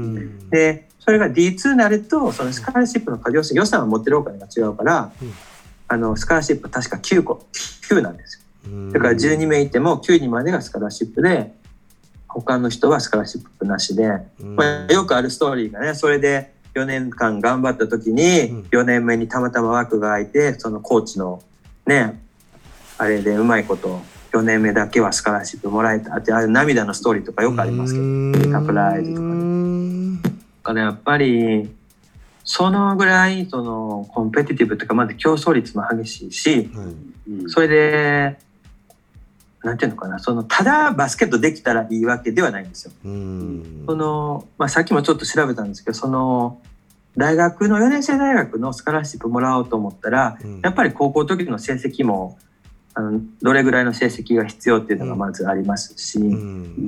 でそれが ディーツー になるとそのスカラシップの要するに予算を持ってるお金が違うから、うん、あのスカラシップ確かきゅうこきゅうなんですよ。だからじゅうにめいいてもきゅうにんまでがスカラシップで他の人はスカラシップなしで、うんまあ、よくあるストーリーがね、それでよねんかん頑張った時によねんめにたまたま枠が空いて、そのコーチのねあれでうまいことよねんめだけはスカラシップもらえたってあれ涙のストーリーとかよくありますけど、サプライズとかね。だからやっぱりそのぐらいそのコンペティティブというかまず競争率も激しいし、うん、それでなんていうのかな、そのただバスケットできたらいいわけではないんですよ。うんそのまあ、さっきもちょっと調べたんですけど、その大学のよねん生大学のスカラシップもらおうと思ったら、うん、やっぱり高校の時の成績もあのどれぐらいの成績が必要っていうのがまずありますし、うん、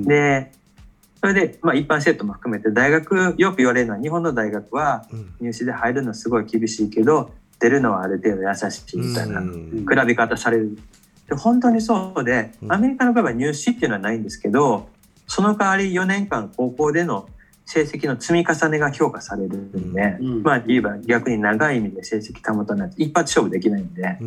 でそれで、まあ、一般生徒も含めて大学よく言われるのは日本の大学は入試で入るのすごい厳しいけど出るのはある程度優しいみたいな比べ方される。で本当にそうで、アメリカの場合は入試っていうのはないんですけど、その代わりよねんかん高校での成績の積み重ねが評価されるんで、うん、まあ言えば逆に長い意味で成績保たないと一発勝負できないんで、うん、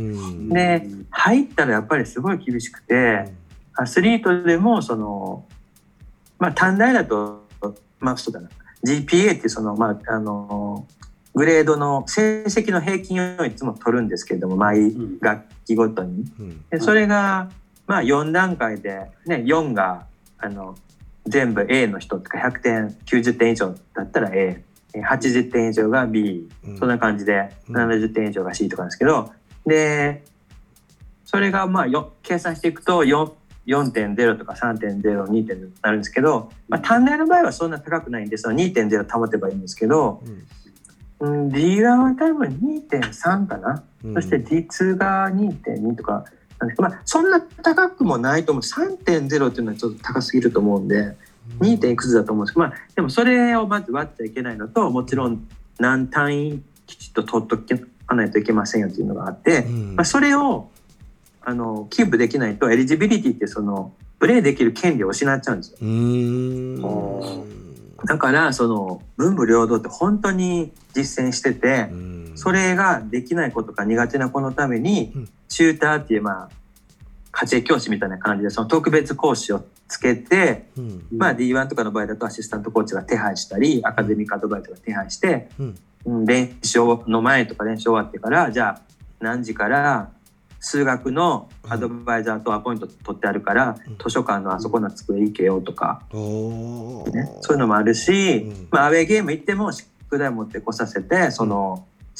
で入ったらやっぱりすごい厳しくて、アスリートでもそのまあ短大だとまあそうだな ジーピーエー っていうそのまああのグレードの成績の平均をいつも取るんですけれども、毎学期ごとに、でそれがまあよんだんかいでね、よんがあの全部 A の人とかひゃくてんきゅうじゅってん以上だったら A、 はちじゅってん以上が B、うん、そんな感じでななじゅってん以上が C とかなんですけど、でそれがまあよ計算していくと よんてんゼロ とか さんてんゼロ、にてんゼロ になるんですけど、まあ、短大の場合はそんな高くないんでその にてんゼロ 保てばいいんですけど、うん、ディーワン は多分 にてんさん かな、うん、そして ディーツー が にてんに とかなんですけど、まあ、そんな高くもないと思う。 さんてんゼロ っていうのはちょっと高すぎると思うんで に. 点いくつだと思うんですけど、まあ、でもそれをまず割っちゃいけないのと、もちろん何単位きちっと取っとかないといけませんよっていうのがあって、うんまあ、それをあのキープできないとエリジビリティってそのプレーできる権利を失っちゃうんですよ。うーんだからその文武両道って本当に実践してて、それができない子とか苦手な子のためにチューターっていうまあ家庭教師みたいな感じでその特別講師をつけて、まあ ディーワン とかの場合だとアシスタントコーチが手配したりアカデミックアドバイザーが手配して、練習の前とか練習終わってからじゃあ何時から数学のアドバイザーとアポイント取ってあるから、うん、図書館のあそこの机行けよとか、うんね、そういうのもあるし、うんまあ、アウェーゲーム行っても宿題持ってこさせてその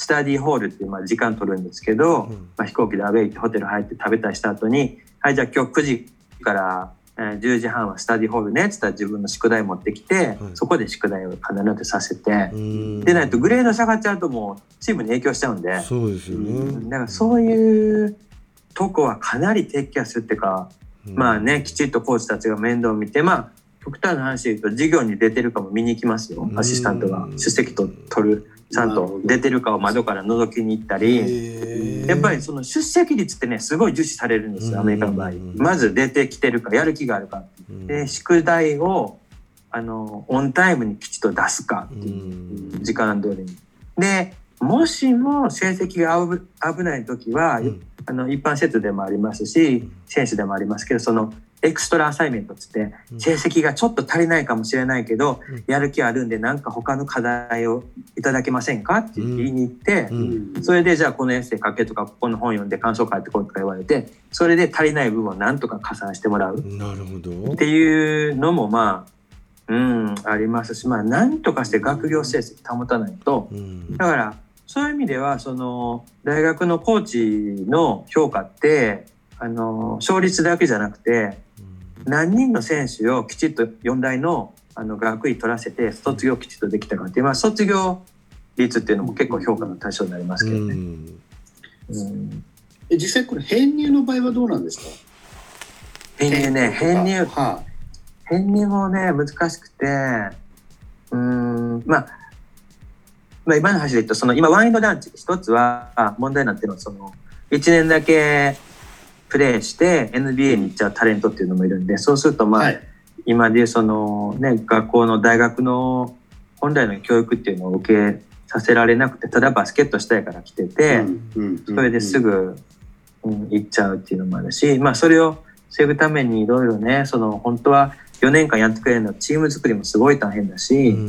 スタディホールっていうまあ時間取るんですけど、うんまあ、飛行機でアウェイってホテル入って食べたりした後に、はいじゃあ今日くじからじゅうじはんはスタディホールねって言ったら自分の宿題持ってきて、はい、そこで宿題を必ずさせてでないとグレード下がっちゃうともうチームに影響しちゃうんで、 そうですよね。 だからそういうとこはかなりテイクケアするっていうか、まあねきちっとコーチたちが面倒を見て、まあ極端な話で言うと授業に出てるかも見に行きますよ。アシスタントが出席と取るちゃんと出てるかを窓から覗きに行ったり、やっぱりその出席率ってねすごい重視されるんですよアメリカの場合。まず出てきてるかやる気があるかで宿題をあのオンタイムにきちっと出すかっていう時間通りにでもしも成績が危危ない時は、うん、あの一般生徒でもありますし選手でもありますけどそのエクストラアサイメントっつって成績がちょっと足りないかもしれないけど、うん、やる気あるんでなんか他の課題をいただけませんかって言いに行って、うんうん、それでじゃあこのエッセイ書けとかここの本読んで感想書いてこいとか言われてそれで足りない部分をなんとか加算してもらうなるほどっていうのもまあ、うん、ありますし、まあなんとかして学業成績保たないと、うん、だからそういう意味ではその大学のコーチの評価ってあの勝率だけじゃなくて何人の選手をきちっとよん大のあの学位取らせて卒業きちっとできたかっていう、まあ、卒業率っていうのも結構評価の対象になりますけどね。うんうん、え実際これ編入の場合はどうなんですか？ 編入ね編入、はあ、編入もね難しくてうーんまあまあ、今の話で言うとその今ワインドランチ一つは問題になってるのはそのいちねんだけプレーして エヌビーエー に行っちゃうタレントっていうのもいるんでそうするとまあ、はい、今でいうそのね学校の大学の本来の教育っていうのを受けさせられなくてただバスケットしたいから来てて、うんうん、それですぐ、うん、行っちゃうっていうのもあるしまあそれを防ぐためにいろいろねその本当はよねんかんやってくれるのチーム作りもすごい大変だし、うん、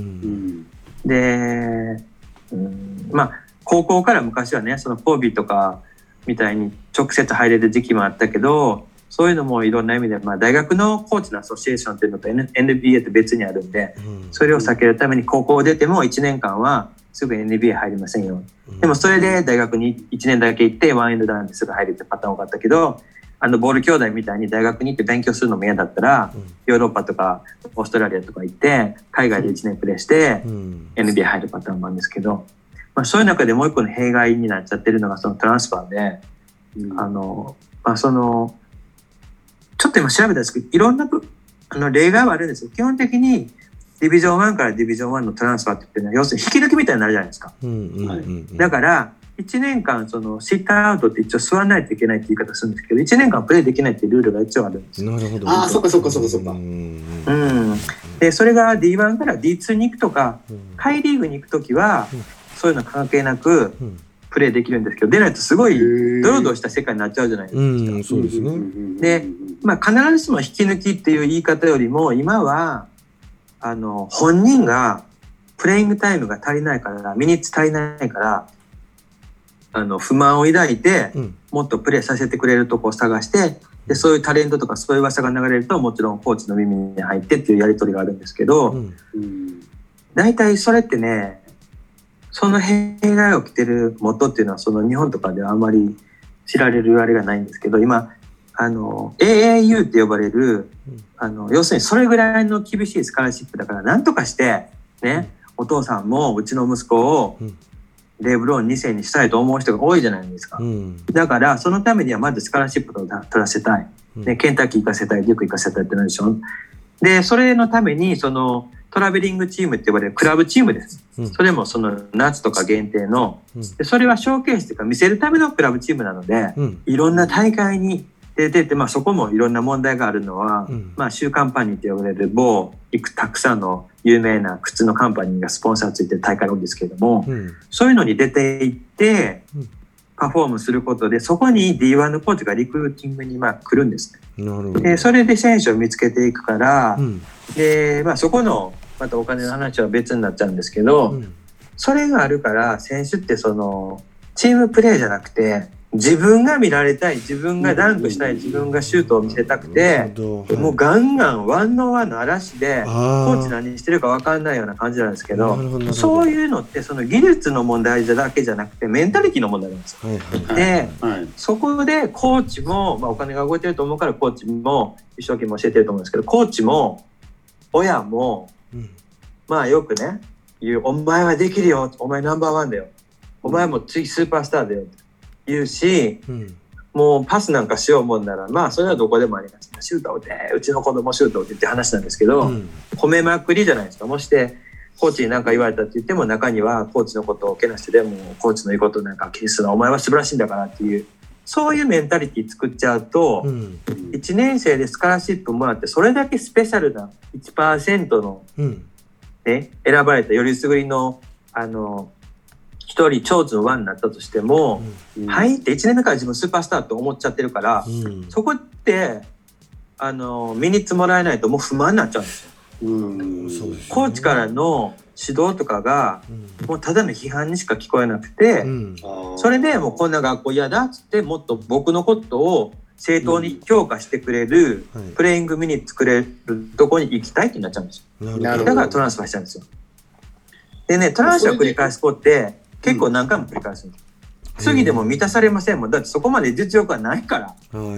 でうん、まあ高校から昔はねそのコービーとかみたいに直接入れる時期もあったけどそういうのもいろんな意味で、まあ、大学のコーチのアソシエーションっていうのと エヌビーエー と別にあるんで、うん、それを避けるために高校出てもいちねんかんはすぐ エヌビーエー 入りませんよ、うん、でもそれで大学にいちねんだけ行ってワンエンドダウンですぐ入るってパターン多かったけどあのボール兄弟みたいに大学に行って勉強するのも嫌だったら、うん、ヨーロッパとかオーストラリアとか行って海外でいちねんプレーして、うん、エヌビーエー 入るパターンもあるんですけどまあ、そういう中でもう一個の弊害になっちゃってるのがそのトランスファーで、うんあのまあ、そのちょっと今調べたんですけどいろんなあの例外はあるんですよ。基本的にディビジョンワンからディビジョンワンのトランスファーって言ってるのは要するに引き抜きみたいになるじゃないですか、うんうんうんはい、だからいちねんかんそのシッターアウトって一応座らないといけないって言い方するんですけどいちねんかんプレーできないっていうルールが一応あるんですよ。 なるほど。 ああそっかそっかそっかそっか。うん、うん、でそれが ディーワン から ディーツー に行くとか下位リーグに行くときは、うんそういうの関係なくプレーできるんですけど、うん、出ないとすごいドロドロした世界になっちゃうじゃないですか。うん、そうですね。で、まあ、必ずしも引き抜きっていう言い方よりも今はあの本人がプレイングタイムが足りないからミニッツ足りないからあの不満を抱いて、うん、もっとプレーさせてくれるとこを探してでそういうタレントとかそういう噂が流れるともちろんコーチの耳に入ってっていうやり取りがあるんですけど、うんうん、大体それってねその弊害を起きてる元っていうのはその日本とかではあんまり知られるあれがないんですけど今あの エーエーユー って呼ばれるあの要するにそれぐらいの厳しいスカラシップだからなんとかしてねお父さんもうちの息子をレブロンに世にしたいと思う人が多いじゃないですか、うん、だからそのためにはまずスカラシップを取らせたい、ね、ケンタッキー行かせたいデューク行かせたいってなるでしょ。でそれのためにそのトラベリングチームって呼ばれるクラブチームです、うん、それもその夏とか限定の、うん、でそれはショーケースというか見せるためのクラブチームなので、うん、いろんな大会に出てて、まあ、そこもいろんな問題があるのは、うんまあ、シューカンパニーって呼ばれる某いくたくさんの有名な靴のカンパニーがスポンサーついてる大会が多いんですけれども、うん、そういうのに出ていってパフォームすることでそこに ディーワン のコーチがリクルーティングにまあ来るんですね。なるほど。でそれで選手を見つけていくから、うんでまあ、そこのまたお金の話は別になっちゃうんですけど、うん、それがあるから選手ってそのチームプレーじゃなくて自分が見られたい、自分がダンクしたい、自分がシュートを見せたくて、もうガンガンワンのワンの嵐でコーチ何してるか分かんないような感じなんですけど、そういうのってその技術の問題だけじゃなくてメンタリティの問題なんですよ。で、そこでコーチも、まあ、お金が動いてると思うからコーチも一生懸命教えてると思うんですけど、コーチも親も、まあよくね言う、お前はできるよ、お前ナンバーワンだよ、お前も次スーパースターだよ言うし、うん、もうパスなんかしようもんならまあそれはどこでもあります。シュートを打て、うちの子供シュートを打てって話なんですけど、うん、褒めまくりじゃないですか。もしてコーチに何か言われたって言っても、中にはコーチのことをけなしてでもコーチの言うことなんか気にするのお前は素晴らしいんだからっていう、そういうメンタリティ作っちゃうと、うん、いちねん生でスカラシップもらってそれだけスペシャルないちパーセントの、うんね、選ばれたよりすぐりのあの一人超ズのワンになったとしても、うん、はいっていちねんめから自分スーパースターと思っちゃってるから、うん、そこってあの身につもらえないともう不満になっちゃうんですよ。うんそうですね、コーチからの指導とかが、うん、もうただの批判にしか聞こえなくて、うん、それでもうこんな学校嫌だっつってもっと僕のことを正当に評価してくれる、うん、プレイングミニ作れるとこに行きたいってなっちゃうんですよ。だからトランスファーしちゃうんですよ。でね、トランスファー繰り返す子って結構何回も繰り返すんです。次でも満たされませんもん。だってそこまで実力はないから。はい、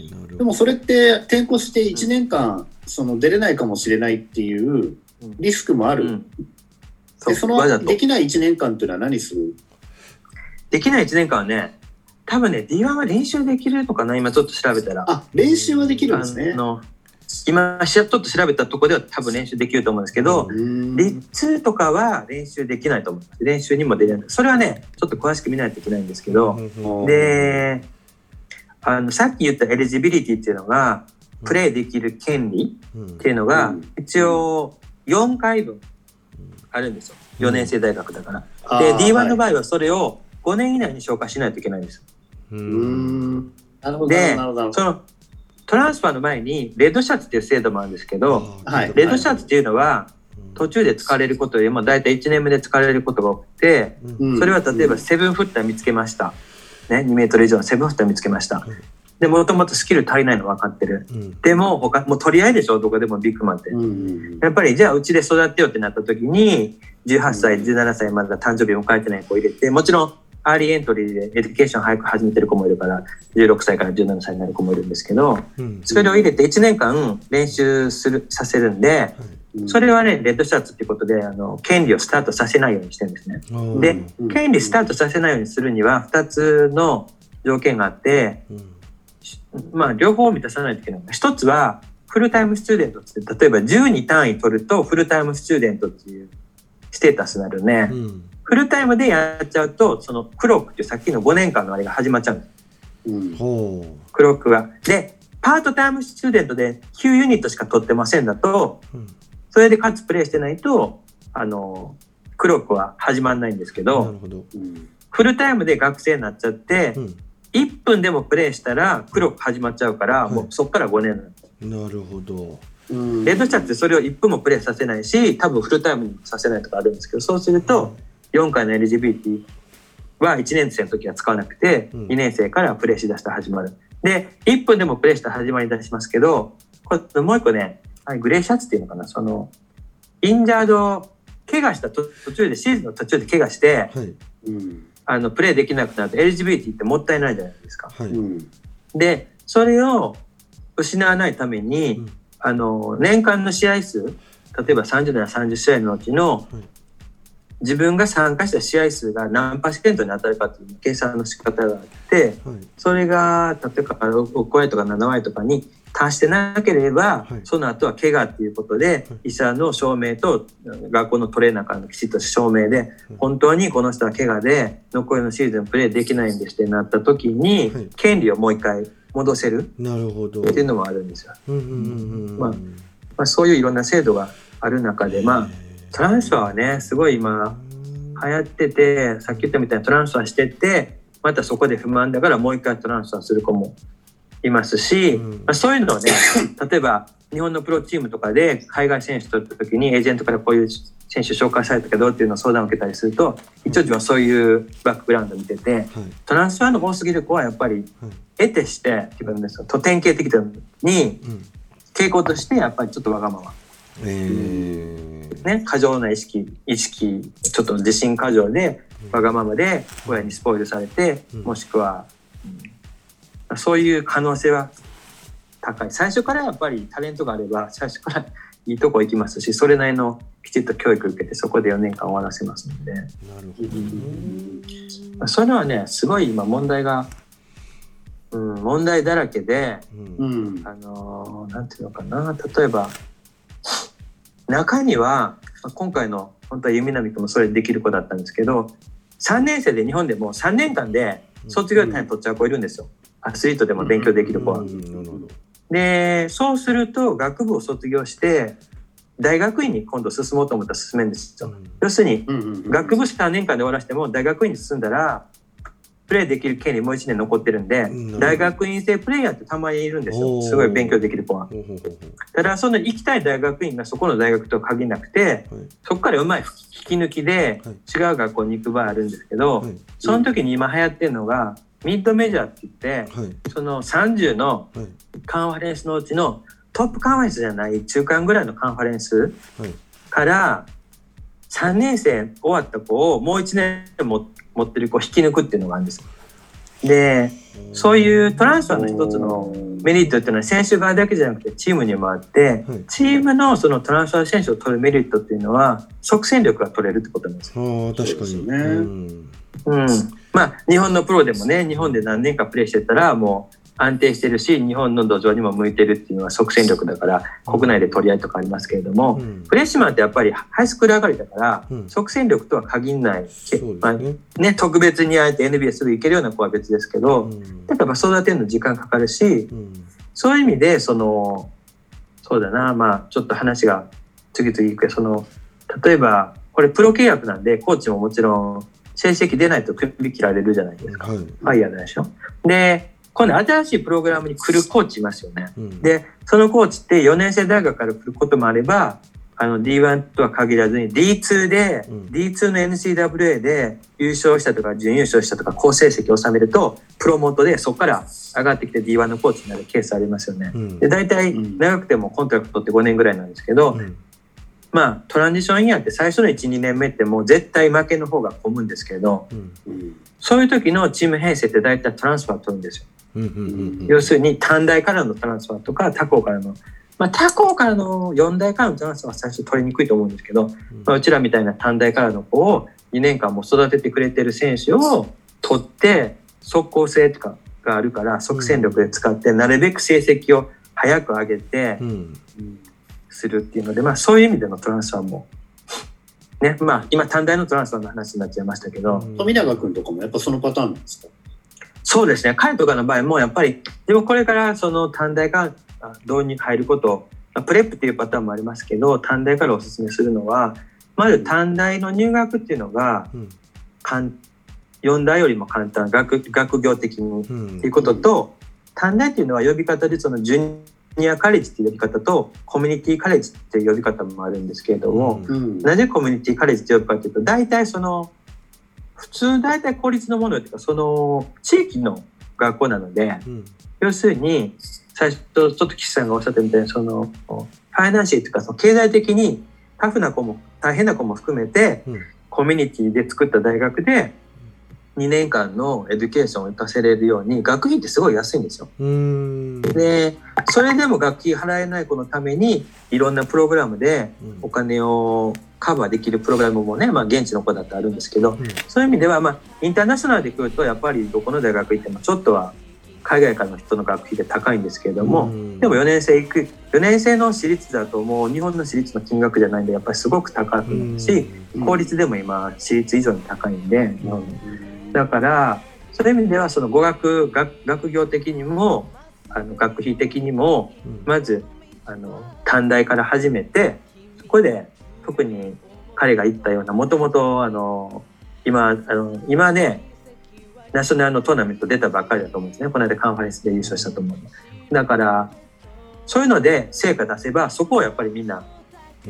なるでもそれって転校していちねんかん、うん、その出れないかもしれないっていうリスクもある。うん、でそのできないいちねんかんっていうのは何する？ できないいちねんかんはね、多分ね ディーワン は練習できるのかな、今ちょっと調べたら。 あ、練習はできるんですね。 あの今ちょっと調べたところでは多分練習できると思うんですけど、リッツとかは練習できないと思います。練習にも出れない。それはねちょっと詳しく見ないといけないんですけど、であのさっき言ったエリジビリティっていうのがプレーできる権利っていうのが一応よんかいぶんあるんですよ。よねん生大学だから。で ディーワン の場合はそれをごねん以内に消化しないといけないんですよ。うーんなるほど。でそのトランスファーの前にレッドシャツっていう制度もあるんですけど、はい、レッドシャツっていうのは途中で使われることよりもだいたいいちねんめで使われることが多くて、うん、それは例えばセブンフッター見つけました、ね、にメートル以上のセブンフッター見つけました。でもともとスキル足りないの分かってる、うん、でも他もう取り合いでしょ、どこでもビッグマンって、うん、やっぱりじゃあうちで育てようってなった時にじゅうはっさいじゅうななさいまだ誕生日を迎えてない子を入れて、もちろんアーリーエントリーでエデュケーション早く始めてる子もいるからじゅうろくさいからじゅうななさいになる子もいるんですけど、うん、それを入れていちねんかん練習するさせるんで、うん、それはねレッドシャツっていうことであの権利をスタートさせないようにしてるんですね。うん、で権利スタートさせないようにするにはふたつの条件があって、うん、まあ両方満たさないといけない。ひとつはフルタイムスチューデントって例えばじゅうに単位取るとフルタイムスチューデントっていうステータスになるね。うんフルタイムでやっちゃうとそのクロックっていうさっきのごねんかんのあれが始まっちゃうんです、うん、クロックが。でパートタイムスチューデントできゅうユニットしか取ってませんだと、うん、それでかつプレイしてないとあのクロックは始まらないんですけど、なるほど、うん、フルタイムで学生になっちゃって、うん、いっぷんでもプレイしたらクロック始まっちゃうから、はい、もうそっからごねんなんです。なるほど。レッドシャツってそれをいっぷんもプレイさせないし多分フルタイムにさせないとかあるんですけど、そうするとよんかいの エルジービーティー はいちねん生の時は使わなくて、うん、にねん生からプレイしだしたら始まる。でいっぷんでもプレイしたら始まり出しますけど、これもう一個ねグレーシャツっていうのかな、そのインジャード怪我した途中でシーズンの途中で怪我して、はいうん、あのプレイできなくなると エルジービーティー ってもったいないじゃないですか、はい、でそれを失わないために、うん、あの年間の試合数例えばさんじゅうならさんじゅう試合のうちの、はい自分が参加した試合数が何パーセントに当たるかという計算の仕方があって、はい、それが例えばろくわりとかななわりとかに達してなければ、はい、その後は怪我っていうことで、はい、医者の証明と学校のトレーナーからのきちっと証明で、はい、本当にこの人は怪我で残りのシーズンプレーできないんですってなった時に、はい、権利をもう一回戻せるっていうのもあるんですよ。まあ、そういういろんな制度がある中で、まあトランスファーはねすごい今流行ってて、さっき言ったみたいにトランスファーしてってまたそこで不満だからもう一回トランスファーする子もいますし、うんまあ、そういうのをね例えば日本のプロチームとかで海外選手取った時にエージェントからこういう選手紹介されたけどっていうのを相談を受けたりすると、一応自分はそういうバックグラウンドを見てて、はい、トランスファーの多すぎる子はやっぱり得てして自分ですと典型的に傾向としてやっぱりちょっとわがまま、えーね、過剰な意識意識ちょっと自信過剰でわがままで親にスポイルされて、もしくは、うん、そういう可能性は高い。最初からやっぱりタレントがあれば最初からいいとこ行きますし、それなりのきちっと教育受けてそこでよねんかん終わらせますので。なるほど、うん、それはねすごい今問題が、うん、問題だらけで、うん、あのなんていうのかな、例えば中には今回の本当は弓波君もそれできる子だったんですけど、さんねん生で日本でもさんねんかんで卒業単位取っちゃう子いるんですよ。アスリートでも勉強できる子は。うんうんうん、なるほど。でそうすると学部を卒業して大学院に今度進もうと思ったら進めるんですよ、うん、要するに、うんうんうん、学部さんねんかんで終わらせても大学院に進んだらプレーできる権利もういちねん残ってるんで、うん、大学院生プレイヤーってたまにいるんですよ。すごい勉強できる子は。ただその行きたい大学院がそこの大学とは限らなくて、はい、そこからうまい引き抜きで違う学校に行く場合あるんですけど、はい、その時に今流行ってるのがミッドメジャーって言って、はい、そのさんじゅうのカンファレンスのうちのトップカンファレンスじゃない中間ぐらいのカンファレンスからさんねん生終わった子をもういちねん持ってる子を引き抜くっていうのがあるんです。でそういうトランスファーの一つのメリットっていうのは選手側だけじゃなくてチームにもあって、はい、チームのそのトランスファー選手を取るメリットっていうのは即戦力が取れるってことなんですよ。 あ確かにね、 うんうん、まあ日本のプロでもね日本で何年かプレーしてたらもう安定してるし日本の土壌にも向いてるっていうのは即戦力だから国内で取り合いとかありますけれども、うん、フレッシュマンってやっぱりハイスクール上がりだから、うん、即戦力とは限らない、ねまあね、特別にあえて エヌビーエー すぐ行けるような子は別ですけど、うん、だから育てるの時間かかるし、うん、そういう意味でそのそうだなまあちょっと話が次々いくけどその例えばこれプロ契約なんでコーチももちろん成績出ないと首切られるじゃないですか、はい、ファイヤーでしょ。で今度新しいプログラムに来るコーチいますよね、うん、でそのコーチってよねん生大学から来ることもあればあの ディーワン とは限らずに ディーツー で、うん、ディーツー の エヌシーダブリューエー で優勝したとか準優勝したとか好成績を収めるとプロモートでそこから上がってきて ディーワン のコーチになるケースありますよね、うん、で大体長くてもコントラクトってごねんぐらいなんですけど、うん、まあトランジションイヤーって最初の いちにねんめってもう絶対負けの方が混むんですけど、うん、そういう時のチーム編成って大体トランスファー取るんですよ。うんうんうんうん、要するに短大からのトランスファーとか他校からの、まあ、他校からのよん大からのトランスファーは最初取りにくいと思うんですけど、うんまあ、うちらみたいな短大からの子をにねんかんも育ててくれてる選手を取って即効性とかがあるから即戦力で使ってなるべく成績を早く上げてするっていうので、まあ、そういう意味でのトランスファーもね、まあ今短大のトランスファーの話になっちゃいましたけど、 富永君とかもやっぱそのパターンなんですか？ そうですね、彼とかの場合もやっぱりでもこれからその短大から導入入ることプレップっていうパターンもありますけど短大からおすすめするのはまず短大の入学っていうのが、うん、よん大よりも簡単 学, 学業的にっていうことと、うん、短大っていうのは呼び方でそのジュニアカレッジっていう呼び方とコミュニティカレッジっていう呼び方もあるんですけれども、うん、なぜコミュニティカレッジって呼ぶかというと大体その普通大体公立のものというかその地域の学校なので、うん、要するに最初ちょっと岸さんがおっしゃったみたいにそのファイナンシーというかその経済的にタフな子も大変な子も含めて、うん、コミュニティで作った大学でにねんかんのエデュケーションを活かせれるように学費ってすごい安いんですよ。うーんでそれでも学費払えない子のためにいろんなプログラムでお金をカバーできるプログラムもね、まあ、現地の子だってあるんですけど、うん、そういう意味では、まあ、インターナショナルで来るとやっぱりどこの大学行ってもちょっとは海外からの人の学費で高いんですけれども、うん、でもよねん生行くよねん生の私立だともう日本の私立の金額じゃないんでやっぱりすごく高くなるし、うん、公立でも今私立以上に高いんで、うん、だからそういう意味ではその語学 学, 学業的にもあの学費的にもまずあの短大から始めてそこで特に彼が言ったようなもともとあの今あの今ねナショナルのトーナメント出たばっかりだと思うんですね。この間カンファレンスで優勝したと思う。だからそういうので成果出せばそこをやっぱりみんなうん、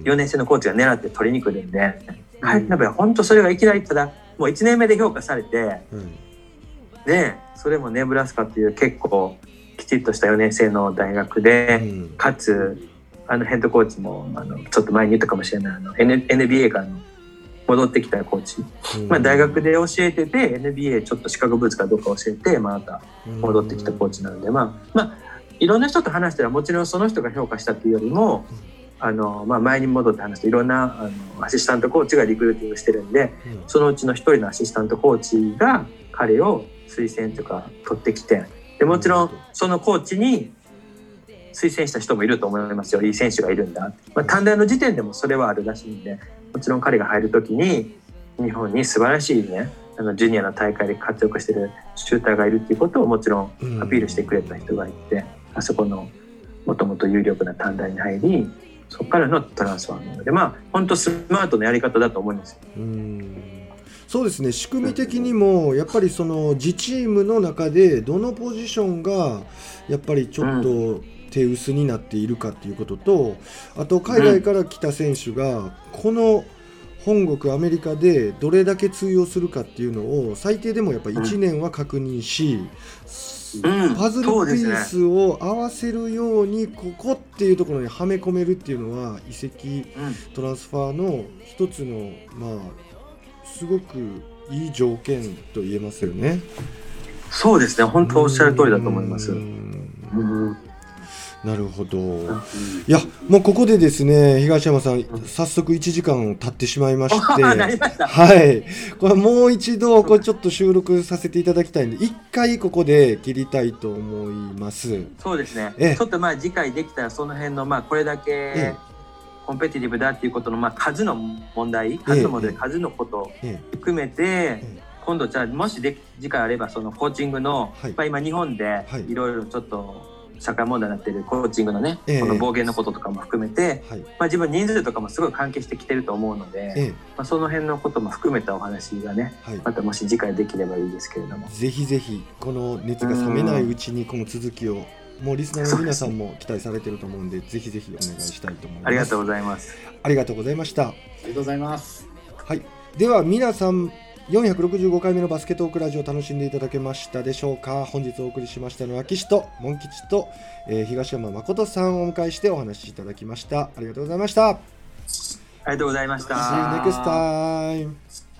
よねん生のコーチが狙って取りに来るんで、うん、はい、やっぱり本当それがいきなりただもういちねんめで評価されて、うん、でそれもネブラスカっていう結構きちっとしたよねん生の大学で、うん、かつあのヘッドコーチもあのちょっと前に言ったかもしれないあの N エヌビーエー からの戻ってきたコーチ、うんまあ、大学で教えてて エヌビーエー ちょっとシカゴブーツかどうか教えてまた戻ってきたコーチなので、まあまあいろんな人と話したらもちろんその人が評価したっていうよりもあの、まあ、前に戻って話していろんなあのアシスタントコーチがリクルーティングしてるんで、うん、そのうちの一人のアシスタントコーチが彼を推薦とか取ってきてでもちろんそのコーチに推薦した人もいると思いますよいい選手がいるんだ、まあ、短大の時点でもそれはあるらしいんでもちろん彼が入る時に日本に素晴らしいねあのジュニアの大会で活躍してるシューターがいるっていうことをもちろんアピールしてくれた人がいて、うん、あそこのもともと有力な短大に入りそこからのトランスファーなのでまあ本当スマートなやり方だと思うんですよ。 うんそうですね仕組み的にもやっぱりその自チームの中でどのポジションがやっぱりちょっと手薄になっているかっていうこととあと海外から来た選手がこの本国アメリカでどれだけ通用するかっていうのを最低でもやっぱいちねんは確認し、うん、パズルピースを合わせるようにここっていうところにはめ込めるっていうのは移籍トランスファーの一つのまあすごくいい条件と言えますよね。 そうですね本当おっしゃる通りだと思います。うんうんなるほど、うん、いやもうここでですね東山さん、うん、早速いちじかん経ってしまいましてなりましたはいこれもう一度これちょっと収録させていただきたいんで一回ここで切りたいと思います。 そうですねちょっとまあ次回できたらその辺のまあこれだけコンペティティブだっていうことのまあ数の問題数の問題数のことを含めて今度じゃあもしで次回あればそのコーチングの、はいまあ、今日本でいろいろちょっと社会問題になっているコーチングのね、えー、この暴言のこととかも含めて、はいまあ、自分人数とかもすごい関係してきてると思うので、えーまあ、その辺のことも含めたお話がね、はい、またもし次回できればいいですけれどもぜひぜひこの熱が冷めないうちにこの続きをもうリスナーの皆さんも期待されてると思うんでぜひぜひお願いしたいと思います。 ありがとうございます。 ありがとうございました。 ありがとうございます。 はい、では皆さんよんひゃくろくじゅうごかいめのバスケットークラジオ楽しんでいただけましたでしょうか。本日お送りしましたのは岸とモン吉と、えー、東山誠さんをお迎えしてお話しいただきました。ありがとうございました。ありがとうございました。 See you next time.